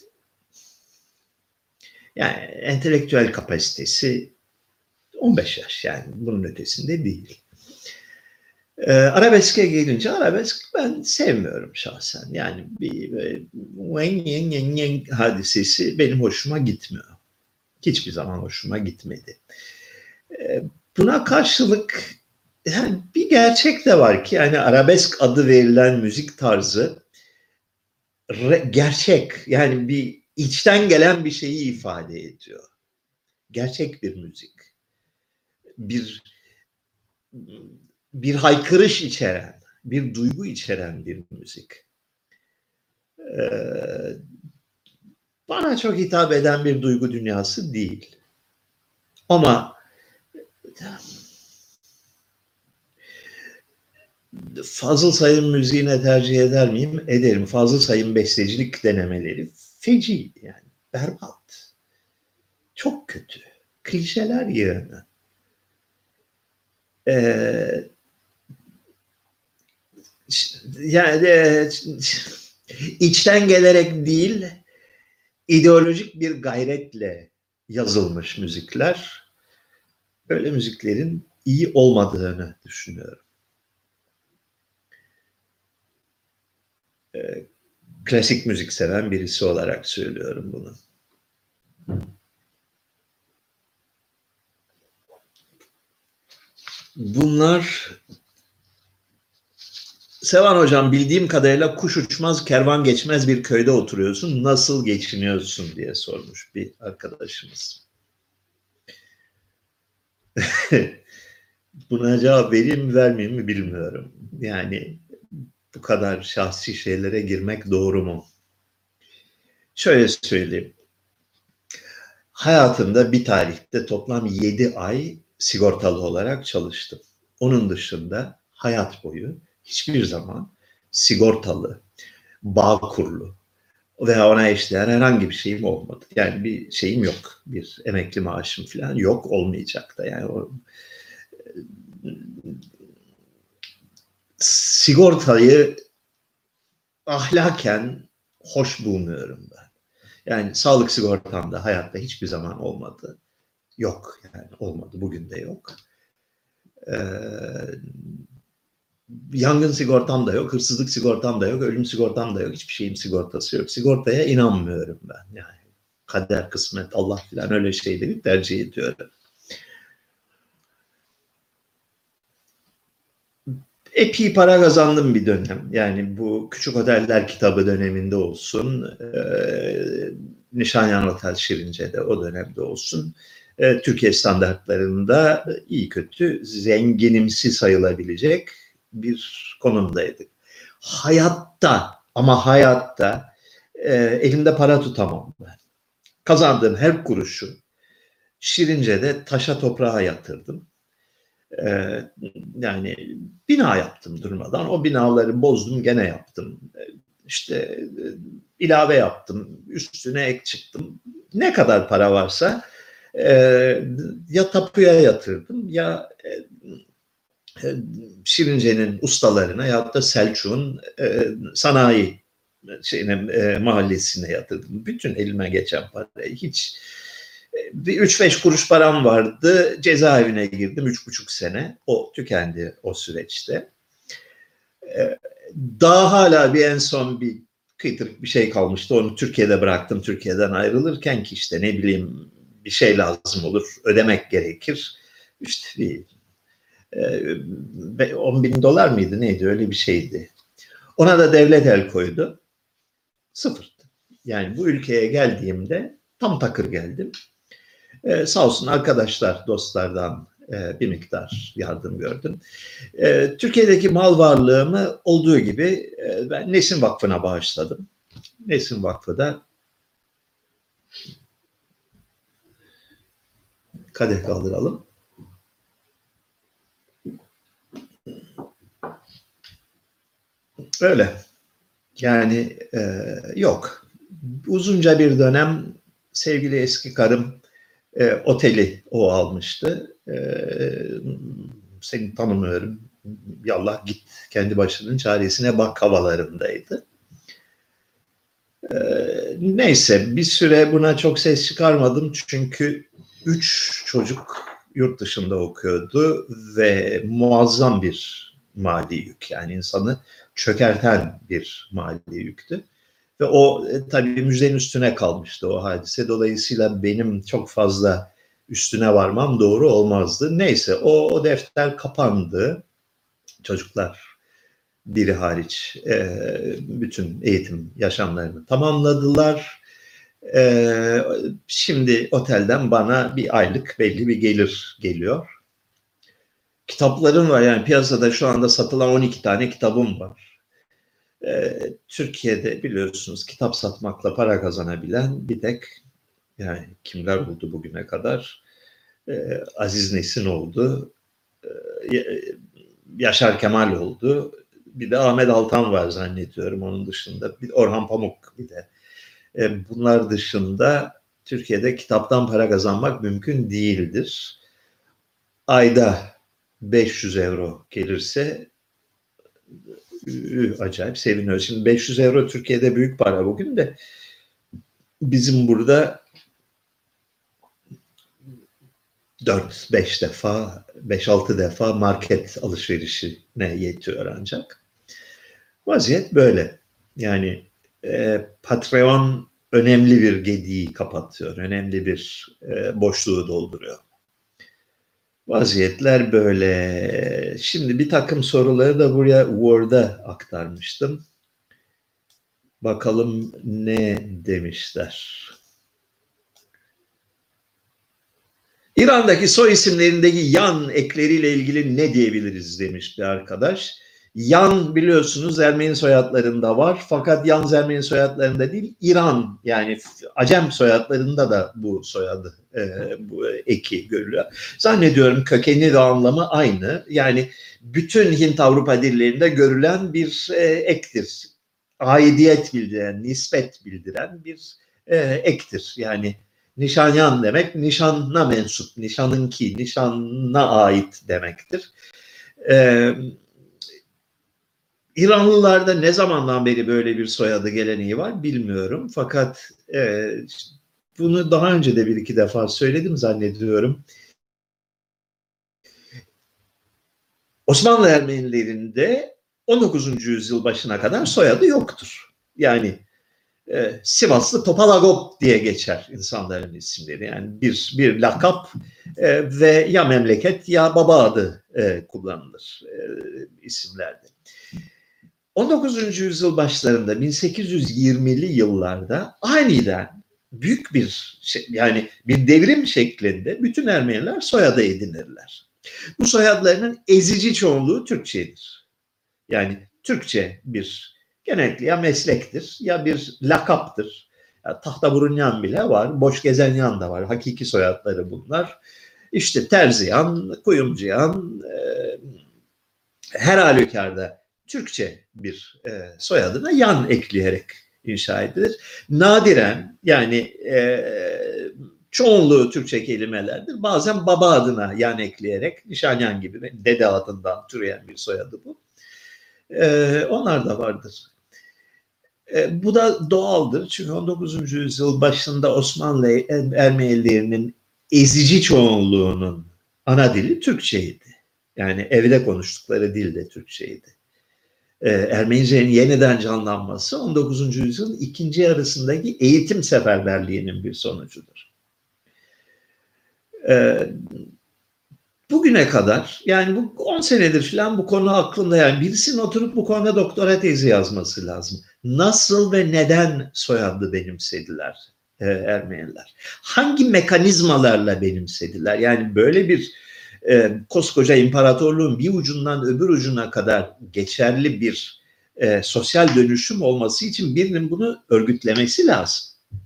yani entelektüel kapasitesi on beş yaş, yani bunun ötesinde değil. Ee, arabeske gelince arabesk ben sevmiyorum şahsen. Yani bir böyle, hadisesi benim hoşuma gitmiyor. Hiçbir zaman hoşuma gitmedi. Ee, buna karşılık yani bir gerçek de var ki yani arabesk adı verilen müzik tarzı re, gerçek, yani bir içten gelen bir şeyi ifade ediyor. Gerçek bir müzik. Bir bir haykırış içeren, bir duygu içeren bir müzik. Ee, bana çok hitap eden bir duygu dünyası değil. Ama Fazıl Say'ın müziğine tercih eder miyim? Ederim. Fazıl Say'ın bestecilik denemeleri feci, yani berbat. Çok kötü. Klişeler yığını. Ee, yani e, içten gelerek değil, ideolojik bir gayretle yazılmış müzikler. Böyle müziklerin iyi olmadığını düşünüyorum. Ee, klasik müzik seven birisi olarak söylüyorum bunu. Bunlar, Sevan Hocam, bildiğim kadarıyla kuş uçmaz, kervan geçmez bir köyde oturuyorsun. Nasıl geçiniyorsun diye sormuş bir arkadaşımız. Buna cevap vereyim mi vermeyeyim mi bilmiyorum. Yani bu kadar şahsi şeylere girmek doğru mu? Şöyle söyleyeyim. Hayatımda bir tarihte toplam yedi ay sigortalı olarak çalıştım. Onun dışında hayat boyu hiçbir zaman sigortalı, Bağkurlu veya ona eşdeğer herhangi bir şeyim olmadı. Yani bir şeyim yok. Bir emekli maaşım falan yok, olmayacak da. Yani o, sigortayı ahlaken hoş bulmuyorum ben. Yani sağlık sigortam da hayatta hiçbir zaman olmadı. Yok yani, olmadı. Bugün de yok. Ee, yangın sigortam da yok, hırsızlık sigortam da yok, ölüm sigortam da yok. Hiçbir şeyin sigortası yok. Sigortaya inanmıyorum ben. Yani kader, kısmet, Allah filan öyle şeyleri tercih ediyorum. Epey para kazandım bir dönem. Yani bu Küçük Oteller kitabı döneminde olsun, e, Nişanyan Otel Şirince'de o dönemde olsun, e, Türkiye standartlarında iyi kötü zenginimsi sayılabilecek bir konumdaydık. Hayatta, ama hayatta e, elimde para tutamam ben. Kazandığım her kuruşu Şirince'de taşa toprağa yatırdım. Ee, yani bina yaptım durmadan. O binaları bozdum, gene yaptım. İşte e, ilave yaptım, üstüne ek çıktım. Ne kadar para varsa e, ya tapuya yatırdım ya e, e, Şirince'nin ustalarına ya da Selçuk'un e, sanayi şeyine, e, mahallesine yatırdım. Bütün elime geçen parayı hiç e, bir üç beş kuruş param vardı. Cezaevine girdim üç buçuk sene. O tükendi o süreçte. E, daha hala bir en son bir kıytırık bir şey kalmıştı. Onu Türkiye'de bıraktım. Türkiye'den ayrılırken ki işte ne bileyim bir şey lazım olur. Ödemek gerekir. İşte bir e, on bin dolar mıydı neydi öyle bir şeydi. Ona da devlet el koydu. Sıfırdı. Yani bu ülkeye geldiğimde tam takır geldim. Ee, sağ olsun arkadaşlar, dostlardan e, bir miktar yardım gördüm. E, Türkiye'deki mal varlığımı olduğu gibi e, ben Nesin Vakfı'na bağışladım. Nesin Vakfı da kadeh kaldıralım. Öyle. Yani e, yok. Uzunca bir dönem sevgili eski karım e, oteli o almıştı. E, seni tanımıyorum. Yallah git kendi başının çaresine bak havalarındaydı. E, neyse bir süre buna çok ses çıkarmadım çünkü üç çocuk yurt dışında okuyordu ve muazzam bir mali yük. Yani insanı çökerten bir mali yüktü. Ve o e, tabii müjdenin üstüne kalmıştı o hadise. Dolayısıyla benim çok fazla üstüne varmam doğru olmazdı. Neyse o, o defter kapandı. Çocuklar biri hariç e, bütün eğitim yaşamlarını tamamladılar. E, şimdi otelden bana bir aylık belli bir gelir geliyor. Kitaplarım var yani piyasada şu anda satılan on iki tane kitabım var. Ee, Türkiye'de biliyorsunuz kitap satmakla para kazanabilen bir tek yani kimler oldu bugüne kadar? Ee, Aziz Nesin oldu, ee, Yaşar Kemal oldu, bir de Ahmet Altan var zannediyorum onun dışında, bir Orhan Pamuk bir de. Ee, bunlar dışında Türkiye'de kitaptan para kazanmak mümkün değildir. Ayda beş yüz euro gelirse acayip seviniyoruz. Şimdi beş yüz euro Türkiye'de büyük para bugün de bizim burada dört beş defa, beş altı defa market alışverişine yetiyor ancak. Vaziyet böyle. Yani e, Patreon önemli bir gediği kapatıyor. Önemli bir e, boşluğu dolduruyor. Vaziyetler böyle. Şimdi bir takım soruları da buraya Word'a aktarmıştım. Bakalım ne demişler. İran'daki soy isimlerindeki yan ekleriyle ilgili ne diyebiliriz demiş bir arkadaş. Yan biliyorsunuz Ermeni soyadlarında var fakat yalnız Ermeni soyadlarında değil İran yani Acem soyadlarında da bu soyadı e, bu eki görülüyor. Zannediyorum kökeni ve anlamı aynı yani bütün Hint-Avrupa dillerinde görülen bir e, ektir. Aidiyet bildiren, nispet bildiren bir e, ektir yani. Nişanyan demek nişana mensup, nişanınki, nişana ait demektir. Ee, İranlılarda ne zamandan beri böyle bir soyadı geleneği var bilmiyorum. Fakat e, bunu daha önce de bir iki defa söyledim zannediyorum. Osmanlı Ermenilerinde on dokuzuncu yüzyıl başına kadar soyadı yoktur. Yani e, Sivaslı Topalagop diye geçer insanların isimleri. Yani bir bir lakap e, ve ya memleket ya baba adı e, kullanılır e, isimlerde. on dokuzuncu yüzyıl başlarında bin sekiz yüz yirmili yıllarda aniden büyük bir şey, yani bir devrim şeklinde bütün Ermeniler soyadı edinirler. Bu soyadlarının ezici çoğunluğu Türkçedir. Yani Türkçe bir genellikle ya meslektir ya bir lakaptır. Ya, Tahtaburunyan bile var, Boş Gezenyan da var. Hakiki soyadları bunlar. İşte Terziyan, Kuyumcuyan, e, her halükarda Türkçe bir e, soyadına yan ekleyerek inşa edilir. Nadiren, yani e, çoğunluğu Türkçe kelimelerdir. Bazen baba adına yan ekleyerek, Nişanyan gibi dede adından türeyen bir soyadı bu. E, onlar da vardır. E, bu da doğaldır. Çünkü on dokuzuncu yüzyıl başında Osmanlı Ermenilerinin ezici çoğunluğunun ana dili Türkçeydi. Yani evde konuştukları dil de Türkçeydi. Ee, Ermenice'nin yeniden canlanması on dokuzuncu yüzyılın ikinci yarısındaki eğitim seferberliğinin bir sonucudur. Ee, bugüne kadar, yani bu on senedir falan bu konu aklımda, yani birisinin oturup bu konuda doktora tezi yazması lazım. Nasıl ve neden soyadı benimsediler e, Ermeniler? Hangi mekanizmalarla benimsediler? Yani böyle bir e, koskoca imparatorluğun bir ucundan öbür ucuna kadar geçerli bir e, sosyal dönüşüm olması için birinin bunu örgütlemesi lazım.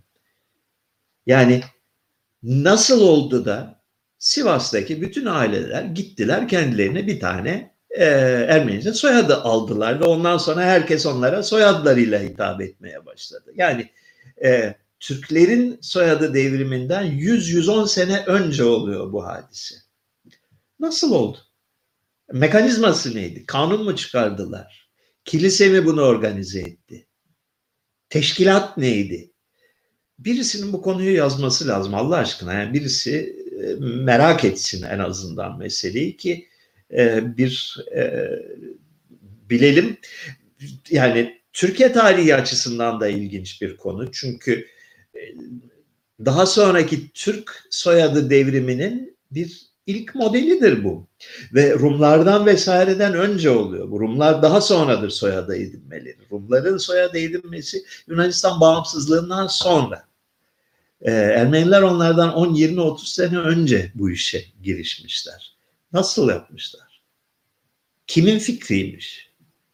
Yani nasıl oldu da Sivas'taki bütün aileler gittiler kendilerine bir tane e, Ermenice soyadı aldılar ve ondan sonra herkes onlara soyadlarıyla hitap etmeye başladı. Yani e, Türklerin soyadı devriminden yüz yüz on sene önce oluyor bu hadise. Nasıl oldu? Mekanizması neydi? Kanun mu çıkardılar? Kilise mi bunu organize etti? Teşkilat neydi? Birisinin bu konuyu yazması lazım Allah aşkına. Yani birisi e, merak etsin en azından meseleyi ki e, bir e, bilelim. Yani Türkiye tarihi açısından da ilginç bir konu. Çünkü e, daha sonraki Türk soyadı devriminin bir ilk modelidir bu. Ve Rumlardan vesaireden önce oluyor. Bu Rumlar daha sonradır soyadı edinmeleri. Rumların soyadı edinmesi Yunanistan bağımsızlığından sonra. Ee, Ermeniler onlardan on, yirmi, otuz sene önce bu işe girişmişler. Nasıl yapmışlar? Kimin fikriymiş?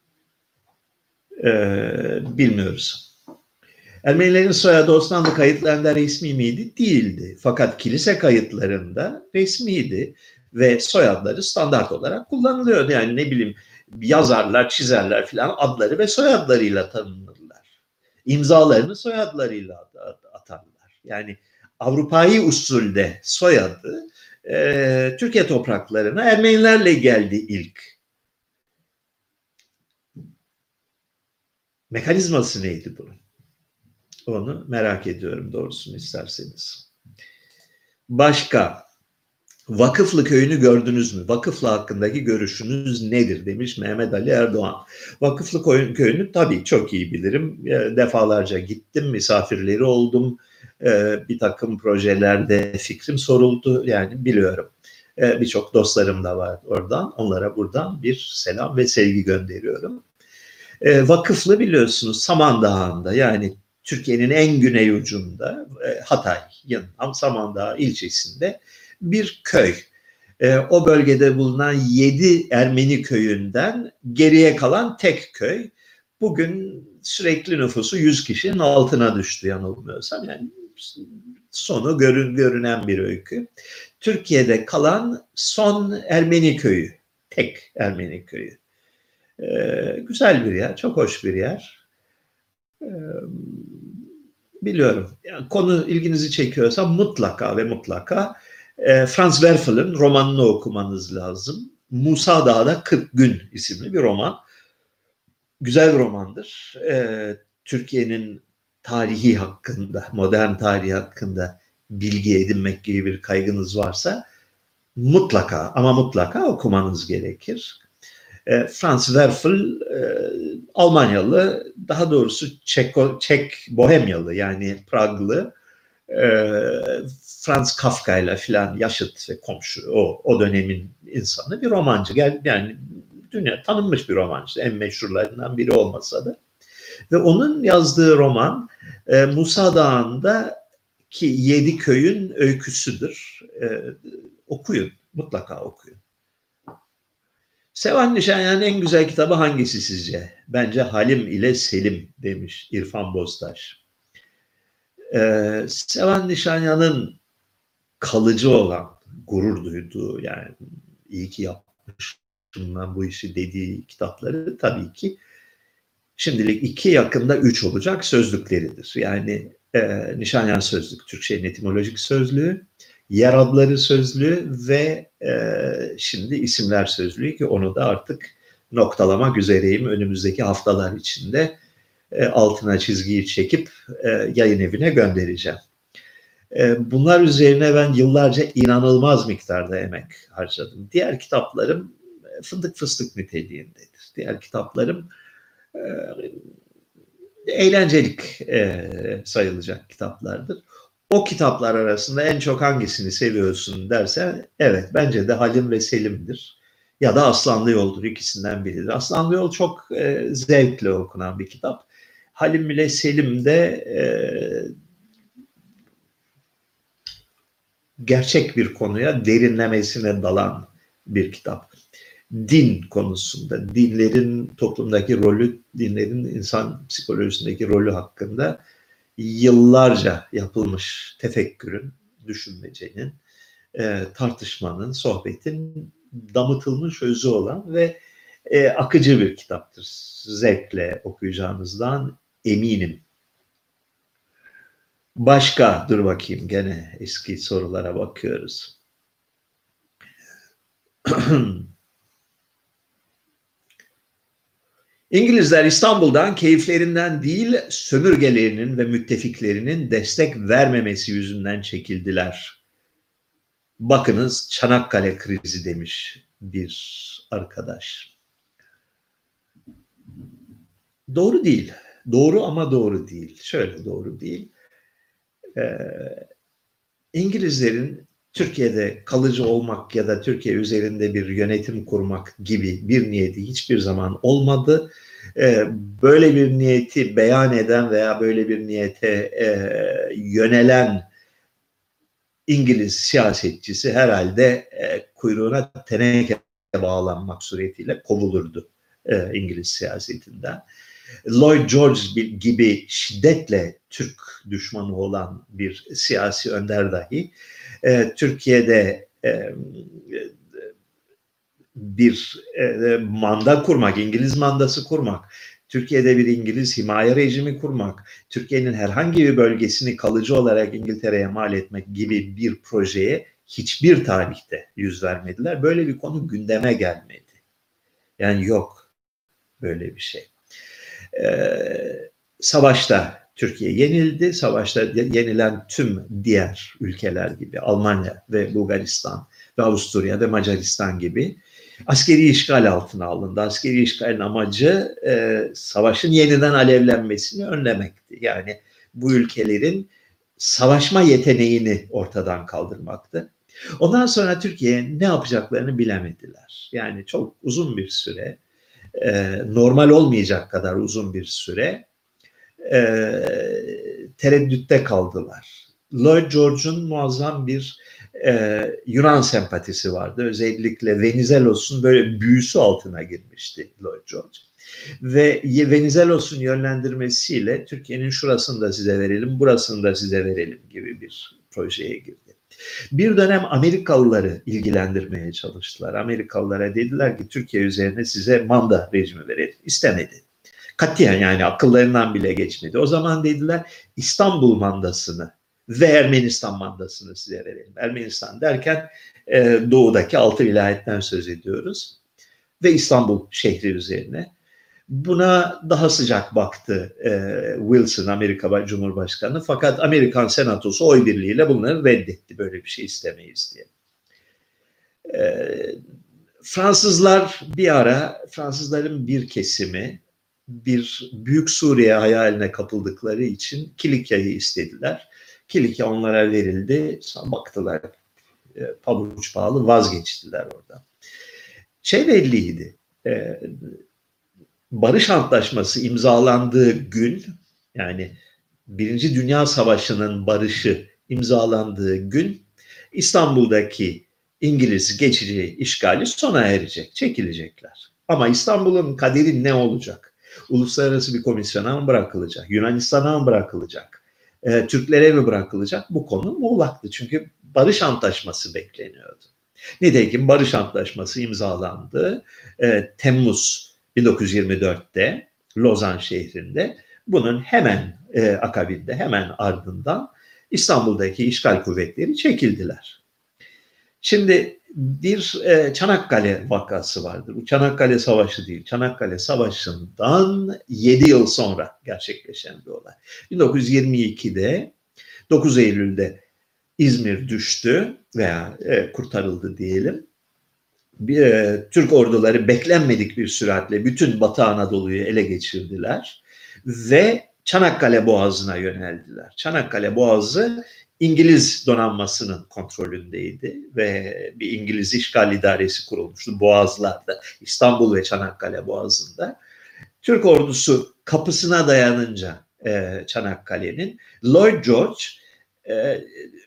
Ee, bilmiyoruz. Ermenilerin soyadı Osmanlı kayıtlarında resmi miydi? Değildi. Fakat kilise kayıtlarında resmiydi ve soyadları standart olarak kullanılıyordu. Yani ne bileyim yazarlar, çizerler filan adları ve soyadlarıyla tanınırlar. İmzalarını soyadlarıyla atarlar. Yani Avrupa'yı usulde soyadı e, Türkiye topraklarına Ermenilerle geldi ilk. Mekanizması neydi bunun? Onu merak ediyorum doğrusunu isterseniz. Başka, Vakıflı Köyü'nü gördünüz mü? Vakıflı hakkındaki görüşünüz nedir demiş Mehmet Ali Erdoğan. Vakıflı Köyü'nü tabii çok iyi bilirim. Defalarca gittim, misafirleri oldum. Bir takım projelerde fikrim soruldu. Yani biliyorum. Birçok dostlarım da var oradan. Onlara buradan bir selam ve sevgi gönderiyorum. Vakıflı biliyorsunuz Samandağ'ında, yani Türkiye'nin en güney ucunda Hatay'ın Samandağ ilçesinde bir köy. O bölgede bulunan yedi Ermeni köyünden geriye kalan tek köy. Bugün sürekli nüfusu yüz kişinin altına düştü yanılmıyorsam. Yani sonu görün, görünen bir öykü. Türkiye'de kalan son Ermeni köyü. Tek Ermeni köyü. Ee, güzel bir yer, çok hoş bir yer. Ee, biliyorum. Yani konu ilginizi çekiyorsa mutlaka ve mutlaka e, Franz Werfel'in romanını okumanız lazım. Musa Dağ'da kırk gün isimli bir roman. Güzel bir romandır. Ee, Türkiye'nin tarihi hakkında, modern tarihi hakkında bilgi edinmek gibi bir kaygınız varsa mutlaka ama mutlaka okumanız gerekir. E, Franz Werfel e, Almanyalı, daha doğrusu Çeko, Çek Bohemyalı, yani Praglı, e, Franz Kafka ile filan yaşıt ve komşu, o, o dönemin insanı, bir romancı. Yani dünya tanınmış bir romancı, en meşhurlarından biri olmasa da. Ve onun yazdığı roman e, Musa Dağı'ndaki yedi köyün öyküsüdür. E, okuyun, mutlaka okuyun. Sevan Nişanyan'ın en güzel kitabı hangisi sizce? Bence Halim ile Selim demiş İrfan Boztaş. Ee, Sevan Nişanyan'ın kalıcı olan, gurur duyduğu, yani iyi ki yapmışım ben bu işi dediği kitapları tabii ki şimdilik iki, yakında üç olacak sözlükleridir. Yani e, Nişanyan Sözlük, Türkçe'nin etimolojik sözlüğü, yer adları sözlüğü ve e, şimdi isimler sözlüğü, ki onu da artık noktalamak üzereyim. Önümüzdeki haftalar içinde e, altına çizgiyi çekip e, yayın evine göndereceğim. E, bunlar üzerine ben yıllarca inanılmaz miktarda emek harcadım. Diğer kitaplarım e, fındık fıstık niteliğindedir. Diğer kitaplarım e, eğlencelik e, sayılacak kitaplardır. O kitaplar arasında en çok hangisini seviyorsun dersen, evet bence de Halim ve Selim'dir. Ya da Aslanlı Yol'dur, ikisinden biridir. Aslanlı Yol çok e, zevkle okunan bir kitap. Halim ile Selim de e, gerçek bir konuya derinlemesine dalan bir kitap. Din konusunda, dinlerin toplumdaki rolü, dinlerin insan psikolojisindeki rolü hakkında yıllarca yapılmış tefekkürün, düşünmecenin, e, tartışmanın, sohbetin damıtılmış özü olan ve e, akıcı bir kitaptır. Zevkle okuyacağınızdan eminim. Başka, dur bakayım, gene eski sorulara bakıyoruz. İngilizler İstanbul'dan keyiflerinden değil, sömürgelerinin ve müttefiklerinin destek vermemesi yüzünden çekildiler. Bakınız Çanakkale krizi demiş bir arkadaş. Doğru değil. Doğru ama doğru değil. Şöyle doğru değil. Ee, İngilizlerin Türkiye'de kalıcı olmak ya da Türkiye üzerinde bir yönetim kurmak gibi bir niyeti hiçbir zaman olmadı. Ee, böyle bir niyeti beyan eden veya böyle bir niyete e, yönelen İngiliz siyasetçisi herhalde e, kuyruğuna teneke bağlanmak suretiyle kovulurdu e, İngiliz siyasetinden. Lloyd George gibi şiddetle Türk düşmanı olan bir siyasi önder dahi e, Türkiye'de e, bir e, manda kurmak, İngiliz mandası kurmak, Türkiye'de bir İngiliz himaye rejimi kurmak, Türkiye'nin herhangi bir bölgesini kalıcı olarak İngiltere'ye mal etmek gibi bir projeye hiçbir tarihte yüz vermediler. Böyle bir konu gündeme gelmedi. Yani yok böyle bir şey. Ee, savaşta Türkiye yenildi. Savaşta yenilen tüm diğer ülkeler gibi Almanya ve Bulgaristan ve Avusturya ve Macaristan gibi askeri işgal altına alındı. Askeri işgalin amacı e, savaşın yeniden alevlenmesini önlemekti. Yani bu ülkelerin savaşma yeteneğini ortadan kaldırmaktı. Ondan sonra Türkiye ne yapacaklarını bilemediler. Yani çok uzun bir süre, e, normal olmayacak kadar uzun bir süre e, tereddütte kaldılar. Lloyd George'un muazzam bir e, Yunan sempatisi vardı. Özellikle Venizelos'un böyle büyüsü altına girmişti Lloyd George. Ve Venizelos'un yönlendirmesiyle Türkiye'nin şurasını da size verelim, burasını da size verelim gibi bir projeye girdi. Bir dönem Amerikalıları ilgilendirmeye çalıştılar. Amerikalılara dediler ki Türkiye üzerine size manda rejimi verelim. İstemedi. Katiyen, yani akıllarından bile geçmedi. O zaman dediler İstanbul mandasını ve Ermenistan mandasını size verelim. Ermenistan derken e, doğudaki altı vilayetten söz ediyoruz. Ve İstanbul şehri üzerine. Buna daha sıcak baktı e, Wilson, Amerika Cumhurbaşkanı. Fakat Amerikan Senatosu oy birliğiyle bunları reddetti. Böyle bir şey istemeyiz diye. E, Fransızlar bir ara, Fransızların bir kesimi bir Büyük Suriye hayaline kapıldıkları için Kilikya'yı istediler. Kilikya onlara verildi. Sonra baktılar e, pabuç pahalı, vazgeçtiler oradan. Şey belliydi. E, Barış Antlaşması imzalandığı gün, yani Birinci Dünya Savaşı'nın barışı imzalandığı gün İstanbul'daki İngiliz geçici işgali sona erecek, çekilecekler. Ama İstanbul'un kaderi ne olacak? Uluslararası bir komisyona mı bırakılacak? Yunanistan'a mı bırakılacak? E, Türklere mi bırakılacak? Bu konu muğlaktı. Çünkü barış antlaşması bekleniyordu. Nitekim barış antlaşması imzalandı. E, Temmuz bin dokuz yüz yirmi dörtte Lozan şehrinde. Bunun hemen e, akabinde, hemen ardından İstanbul'daki işgal kuvvetleri çekildiler. Şimdi bir e, Çanakkale vakası vardır. Bu Çanakkale Savaşı değil. Çanakkale Savaşı'ndan yedi yıl sonra gerçekleşen bir olay. bin dokuz yüz yirmi ikide dokuz Eylül'de İzmir düştü veya e, kurtarıldı diyelim. Bir, e, Türk orduları beklenmedik bir süratle bütün Batı Anadolu'yu ele geçirdiler ve Çanakkale Boğazı'na yöneldiler. Çanakkale Boğazı İngiliz donanmasının kontrolündeydi ve bir İngiliz işgal idaresi kurulmuştu Boğazlar'da, İstanbul ve Çanakkale Boğazı'nda. Türk ordusu kapısına dayanınca e, Çanakkale'nin, Lloyd George e,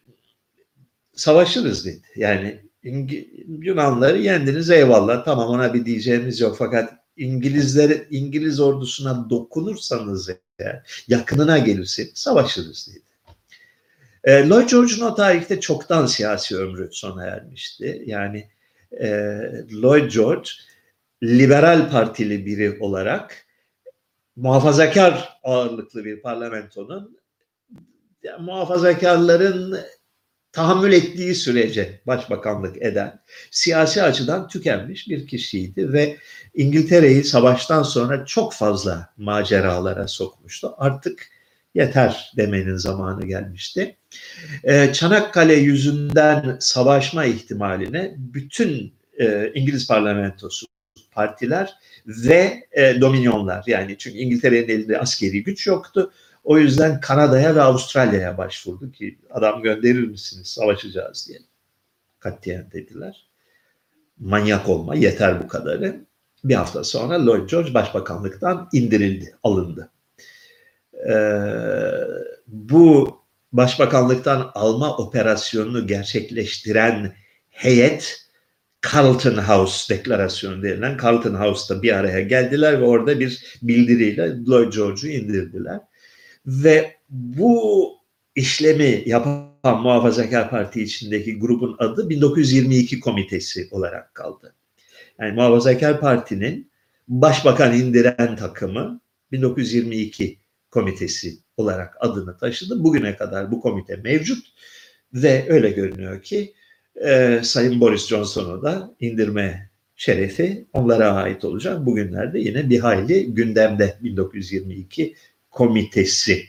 savaşırız dedi. Yani Yunanları yendiniz, eyvallah, tamam, ona bir diyeceğimiz yok, fakat İngilizleri, İngiliz ordusuna dokunursanız eğer, yakınına gelirseniz savaşırız dedi. E, Lloyd George'un o tarihte çoktan siyasi ömrü sona ermişti. Yani e, Lloyd George liberal partili biri olarak muhafazakar ağırlıklı bir parlamentonun, yani muhafazakarların tahammül ettiği sürece başbakanlık eden, siyasi açıdan tükenmiş bir kişiydi ve İngiltere'yi savaştan sonra çok fazla maceralara sokmuştu. Artık yeter demenin zamanı gelmişti. Çanakkale yüzünden savaşma ihtimaline bütün İngiliz parlamentosu, partiler ve dominyonlar, yani çünkü İngiltere'nin elinde askeri güç yoktu. O yüzden Kanada'ya ve Avustralya'ya başvurdu ki adam gönderir misiniz, savaşacağız diye. Katiyen dediler. Manyak olma, yeter bu kadarı. Bir hafta sonra Lloyd George başbakanlıktan indirildi, alındı. Ee, bu başbakanlıktan alma operasyonunu gerçekleştiren heyet, Carlton House deklarasyonu denilen Carlton House'da bir araya geldiler ve orada bir bildiriyle Lloyd George'u indirdiler. Ve bu işlemi yapan Muhafazakar Parti içindeki grubun adı bin dokuz yüz yirmi iki Komitesi olarak kaldı. Yani Muhafazakar Parti'nin başbakan indiren takımı bin dokuz yüz yirmi iki Komitesi olarak adını taşıdı. Bugüne kadar bu komite mevcut ve öyle görünüyor ki e, Sayın Boris Johnson'u da indirme şerefi onlara ait olacak. Bugünlerde yine bir hayli gündemde bin dokuz yüz yirmi iki Komitesi.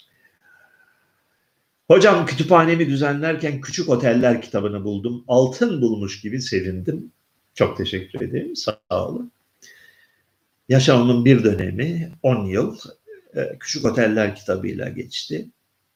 Hocam, kütüphanemi düzenlerken Küçük Oteller kitabını buldum. Altın bulmuş gibi sevindim. Çok teşekkür ederim. Sağ olun. Yaşamımın bir dönemi, on yıl Küçük Oteller kitabıyla geçti.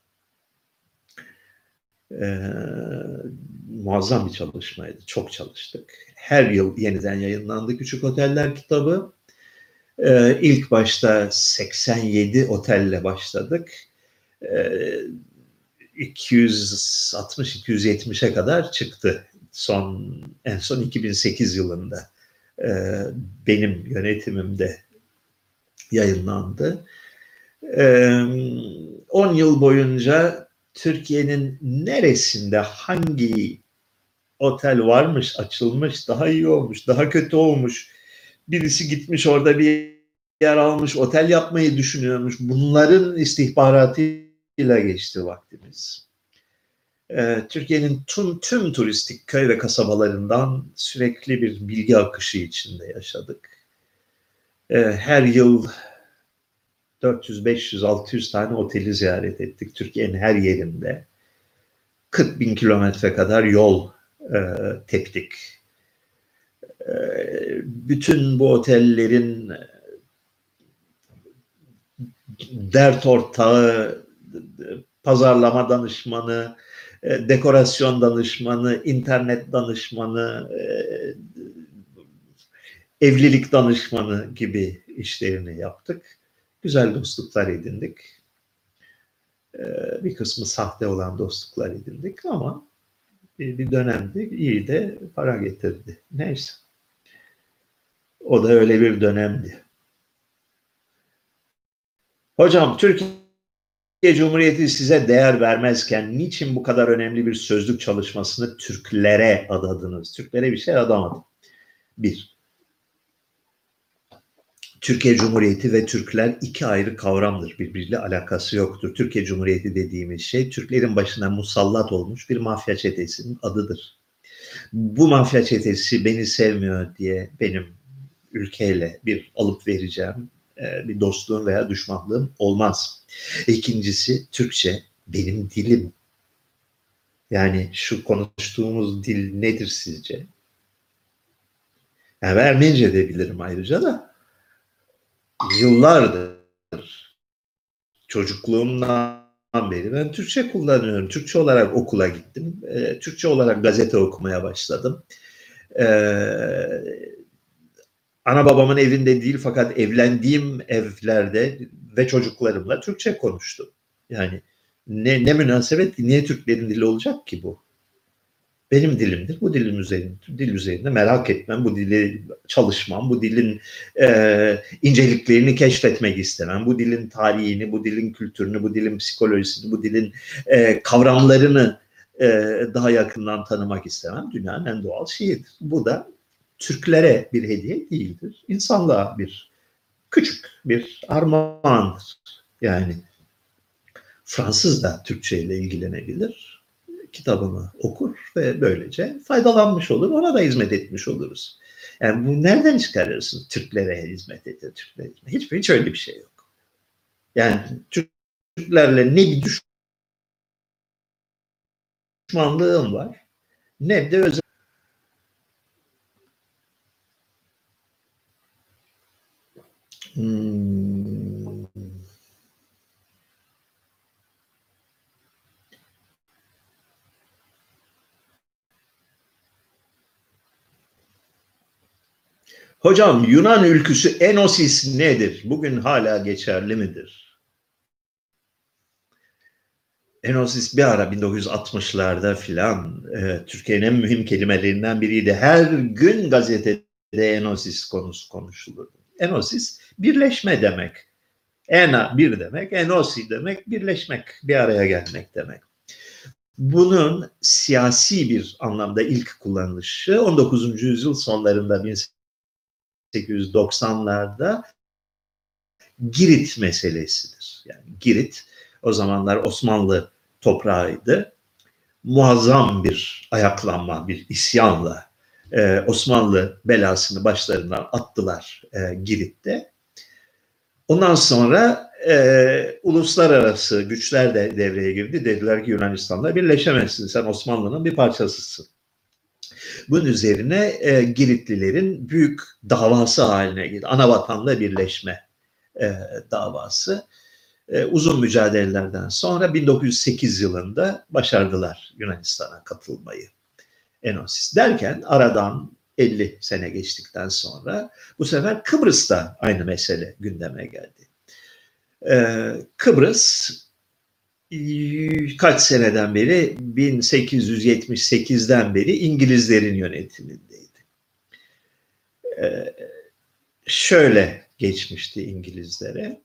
Ee, muazzam bir çalışmaydı. Çok çalıştık. Her yıl yeniden yayınlandı Küçük Oteller kitabı. Ee, ilk başta seksen yedi otelle başladık. Ee, iki yüz altmış iki yüz yetmişe kadar çıktı. Son en son iki bin sekiz yılında e, benim yönetimimde yayınlandı. E, on yıl boyunca Türkiye'nin neresinde hangi otel varmış, açılmış, daha iyi olmuş, daha kötü olmuş, birisi gitmiş orada bir yer almış, otel yapmayı düşünüyormuş, bunların istihbaratıyla geçti vaktimiz. Ee, Türkiye'nin tüm, tüm turistik köy ve kasabalarından sürekli bir bilgi akışı içinde yaşadık. Ee, her yıl dört yüz, beş yüz, altı yüz tane oteli ziyaret ettik Türkiye'nin her yerinde. kırk bin kilometre kadar yol e, teptik. E, bütün bu otellerin dert ortağı, pazarlama danışmanı, dekorasyon danışmanı, internet danışmanı, evlilik danışmanı gibi işlerini yaptık. Güzel dostluklar edindik. Bir kısmı sahte olan dostluklar edindik ama bir dönemdi, iyi de para getirdi. Neyse. O da öyle bir dönemdi. Hocam, Türkiye Cumhuriyeti size değer vermezken niçin bu kadar önemli bir sözlük çalışmasını Türklere adadınız? Türklere bir şey adamadım. Bir, Türkiye Cumhuriyeti ve Türkler iki ayrı kavramdır. Birbiriyle alakası yoktur. Türkiye Cumhuriyeti dediğimiz şey Türklerin başına musallat olmuş bir mafya çetesinin adıdır. Bu mafya çetesi beni sevmiyor diye benim ülkeyle bir alıp vereceğim, bir dostluğum veya düşmanlığım olmaz. İkincisi, Türkçe benim dilim. Yani şu konuştuğumuz dil nedir sizce? Yani Ermenice de bilirim ayrıca da. Yıllardır, çocukluğumdan beri ben Türkçe kullanıyorum. Türkçe olarak okula gittim. Türkçe olarak gazete okumaya başladım. Ee, ana babamın evinde değil fakat evlendiğim evlerde ve çocuklarımla Türkçe konuştum. Yani ne, ne münasebet, niye Türklerin dili olacak ki bu? Benim dilimdir. Bu dilin üzerinde, dil üzerinde merak etmem, bu dili çalışmam, bu dilin e, inceliklerini keşfetmek istemem, bu dilin tarihini, bu dilin kültürünü, bu dilin psikolojisini, bu dilin e, kavramlarını e, daha yakından tanımak istemem. Dünyanın en doğal şeyidir. Bu da Türklere bir hediye değildir. İnsanlığa bir küçük bir armağandır. Yani Fransız da Türkçe ile ilgilenebilir. Kitabını okur ve böylece faydalanmış olur. Ona da hizmet etmiş oluruz. Yani bu nereden çıkarıyorsun? Türklere hizmet ediyor. Türklere hizmet. Hiç, hiç öyle bir şey yok. Yani Türklerle ne bir düşmanlığım var ne de özel. Hmm. Hocam Yunan ülküsü Enosis nedir? Bugün hala geçerli midir? Enosis bir ara bin dokuz yüz altmışlarda filan e, Türkiye'nin en mühim kelimelerinden biriydi. Her gün gazetede Enosis konusu konuşulurdu. Enosis birleşme demek. Ena bir demek, enosi demek birleşmek, bir araya gelmek demek. Bunun siyasi bir anlamda ilk kullanılışı on dokuzuncu yüzyıl sonlarında bin sekiz yüz doksanlarda Girit meselesidir. Yani Girit o zamanlar Osmanlı toprağıydı. Muazzam bir ayaklanma, bir isyanla e, Osmanlı belasını başlarından attılar e, Girit'te. Ondan sonra e, uluslararası güçler de devreye girdi. Dediler ki Yunanistan'la birleşemezsin. Sen Osmanlı'nın bir parçasısın. Bunun üzerine e, Giritlilerin büyük davası haline geldi. Anavatanla birleşme e, davası. E, uzun mücadelelerden sonra bin dokuz yüz sekiz yılında başardılar Yunanistan'a katılmayı. Enosis derken aradan elli sene geçtikten sonra bu sefer Kıbrıs'ta aynı mesele gündeme geldi. Ee, Kıbrıs kaç seneden beri bin sekiz yüz yetmiş sekizden beri İngilizlerin yönetimindeydi. Ee, şöyle geçmişti İngilizlere.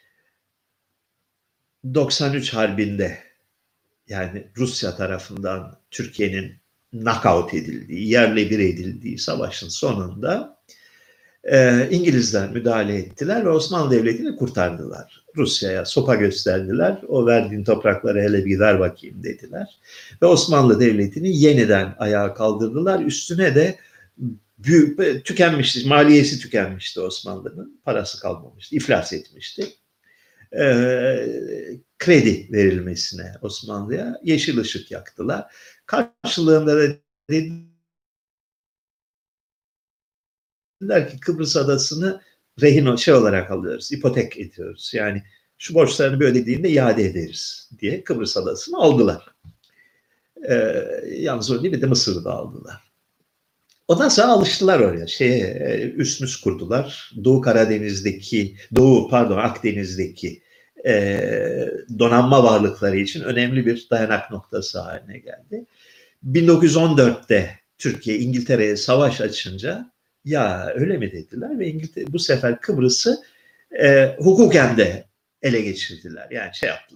doksan üç Harbi'nde yani Rusya tarafından Türkiye'nin knockout edildiği, yerle bir edildiği savaşın sonunda e, İngilizler müdahale ettiler ve Osmanlı Devleti'ni kurtardılar. Rusya'ya sopa gösterdiler. O verdiğin toprakları hele bir ver bakayım dediler. Ve Osmanlı Devleti'ni yeniden ayağa kaldırdılar. Üstüne de büyük, tükenmişti, maliyesi tükenmişti Osmanlı'nın. Parası kalmamıştı, iflas etmişti. E, kredi verilmesine Osmanlı'ya yeşil ışık yaktılar. Karşılığında da dediler ki Kıbrıs adasını rehin şey olarak alıyoruz, ipotek ediyoruz. Yani şu borçlarını bir ödediğinde iade ederiz diye Kıbrıs adasını aldılar. Ee, yalnız o değil bir de Mısır'ı da aldılar. Ondan sonra alıştılar oraya. Şeye, üsmüs kurdular. Doğu Karadeniz'deki, Doğu pardon Akdeniz'deki e, donanma varlıkları için önemli bir dayanak noktası haline geldi. bin dokuz yüz on dörtte Türkiye İngiltere'ye savaş açınca ya öyle mi dediler ve İngiltere bu sefer Kıbrıs'ı e, hukuken de ele geçirdiler. Yani şey yaptılar.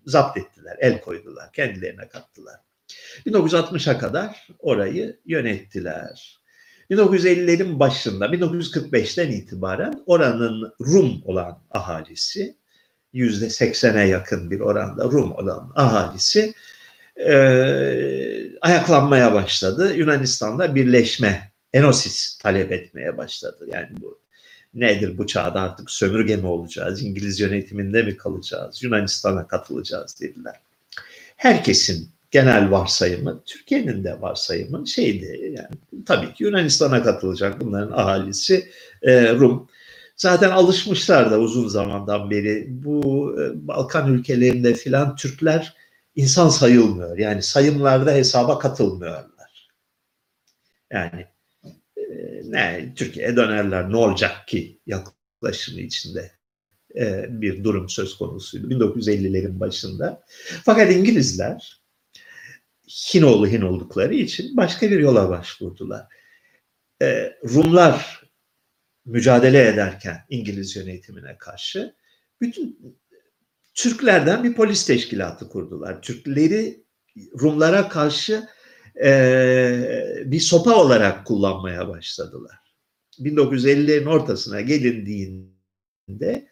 zapt ettiler, el koydular, kendilerine kattılar. bin dokuz yüz altmışa kadar orayı yönettiler. bin dokuz yüz ellilerin başında, bin dokuz yüz kırk beşten itibaren oranın Rum olan ahalisi, yüzde seksene yakın bir oranda Rum olan ahalisi e, ayaklanmaya başladı. Yunanistan'da birleşme, enosis talep etmeye başladı. Yani bu nedir bu çağda, artık sömürge mi olacağız, İngiliz yönetiminde mi kalacağız, Yunanistan'a katılacağız dediler. Herkesin genel varsayımı, Türkiye'nin de varsayımı şeydi, yani tabii ki Yunanistan'a katılacak bunların ahalisi e, Rum. Zaten alışmışlar da uzun zamandan beri bu e, Balkan ülkelerinde filan Türkler insan sayılmıyor. Yani sayımlarda hesaba katılmıyorlar. Yani e, ne Türkiye'ye dönerler ne olacak ki yaklaşımı içinde e, bir durum söz konusuydu bin dokuz yüz ellilerin başında. Fakat İngilizler Hinoğlu Hin oldukları için başka bir yola başvurdular. E, Rumlar mücadele ederken İngiliz yönetimine karşı bütün Türklerden bir polis teşkilatı kurdular. Türkleri Rumlara karşı e, bir sopa olarak kullanmaya başladılar. bin dokuz yüz ellilerin ortasına gelindiğinde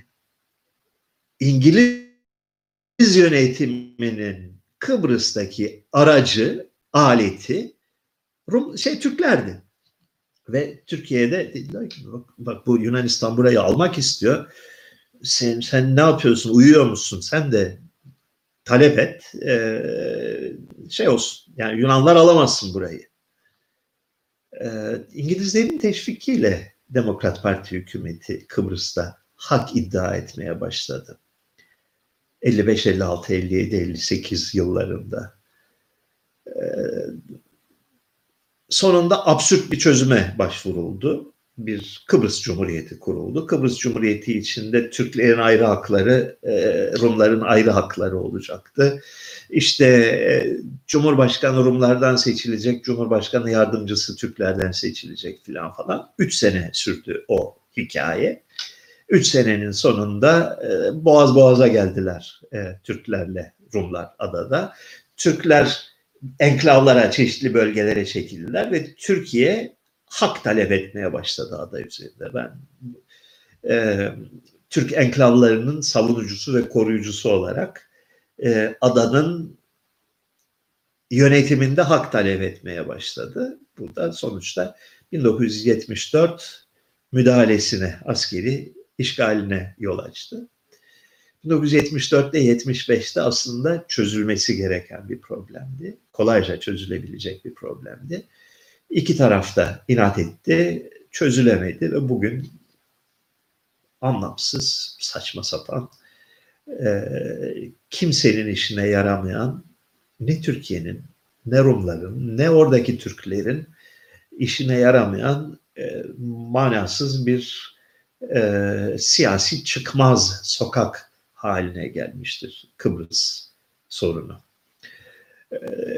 İngiliz yönetiminin Kıbrıs'taki aracı, aleti Rum şey Türklerdi. Ve Türkiye'de dediler ki bak, bak bu Yunanistan burayı almak istiyor. Sen, sen ne yapıyorsun? Uyuyor musun? Sen de talep et. Ee, şey olsun. Yani Yunanlar alamazsın burayı. Ee, İngilizlerin teşvikiyle Demokrat Parti hükümeti Kıbrıs'ta hak iddia etmeye başladı. elli beş, elli altı, elli yedi, elli sekiz yıllarında. Ee, sonunda absürt bir çözüme başvuruldu. Bir Kıbrıs Cumhuriyeti kuruldu. Kıbrıs Cumhuriyeti içinde Türklerin ayrı hakları, Rumların ayrı hakları olacaktı. İşte Cumhurbaşkanı Rumlardan seçilecek, Cumhurbaşkanı yardımcısı Türklerden seçilecek filan falan. Üç sene sürdü o hikaye. Üç senenin sonunda boğaz boğaza geldiler Türklerle Rumlar adada. Türkler enklavlara, çeşitli bölgelere çekildiler ve Türkiye hak talep etmeye başladı ada üzerinde. Ben e, Türk enklavlarının savunucusu ve koruyucusu olarak e, adanın yönetiminde hak talep etmeye başladı. Bu da sonuçta bin dokuz yüz yetmiş dört müdahalesine, askeri işgaline yol açtı. bin dokuz yüz yetmiş dörtte yetmiş beşte aslında çözülmesi gereken bir problemdi. Kolayca çözülebilecek bir problemdi. İki taraf da inat etti, çözülemedi ve bugün anlamsız, saçma sapan, e, kimsenin işine yaramayan, ne Türkiye'nin, ne Rumların, ne oradaki Türklerin işine yaramayan e, manasız bir e, siyasi çıkmaz sokak haline gelmiştir Kıbrıs sorunu. E,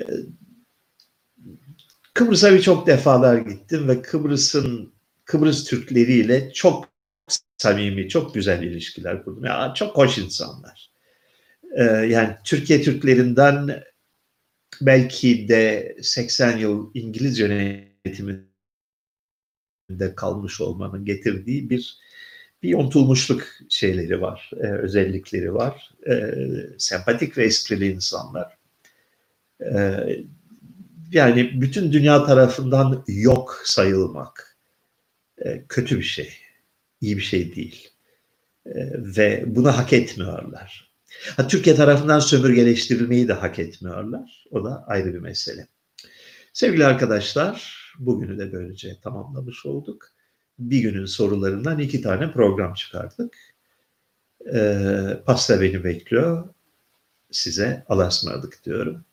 Kıbrıs'a birçok defalar gittim ve Kıbrıs'ın Kıbrıs Türkleriyle çok samimi, çok güzel ilişkiler kurdum. Ya çok hoş insanlar. Ee, yani Türkiye Türklerinden belki de seksen yıl İngiliz yönetiminde kalmış olmanın getirdiği bir bir untulmuşluk şeyleri var, e, özellikleri var. E, sempatik ve esprili insanlar. E, Yani bütün dünya tarafından yok sayılmak e, kötü bir şey, iyi bir şey değil. E, ve bunu hak etmiyorlar. Ha, Türkiye tarafından sömürgeleştirilmeyi de hak etmiyorlar. O da ayrı bir mesele. Sevgili arkadaşlar, bugünü de böylece tamamlamış olduk. Bir günün sorularından iki tane program çıkardık. E, pasta beni bekliyor. Size Allah'a ısmarladık diyorum.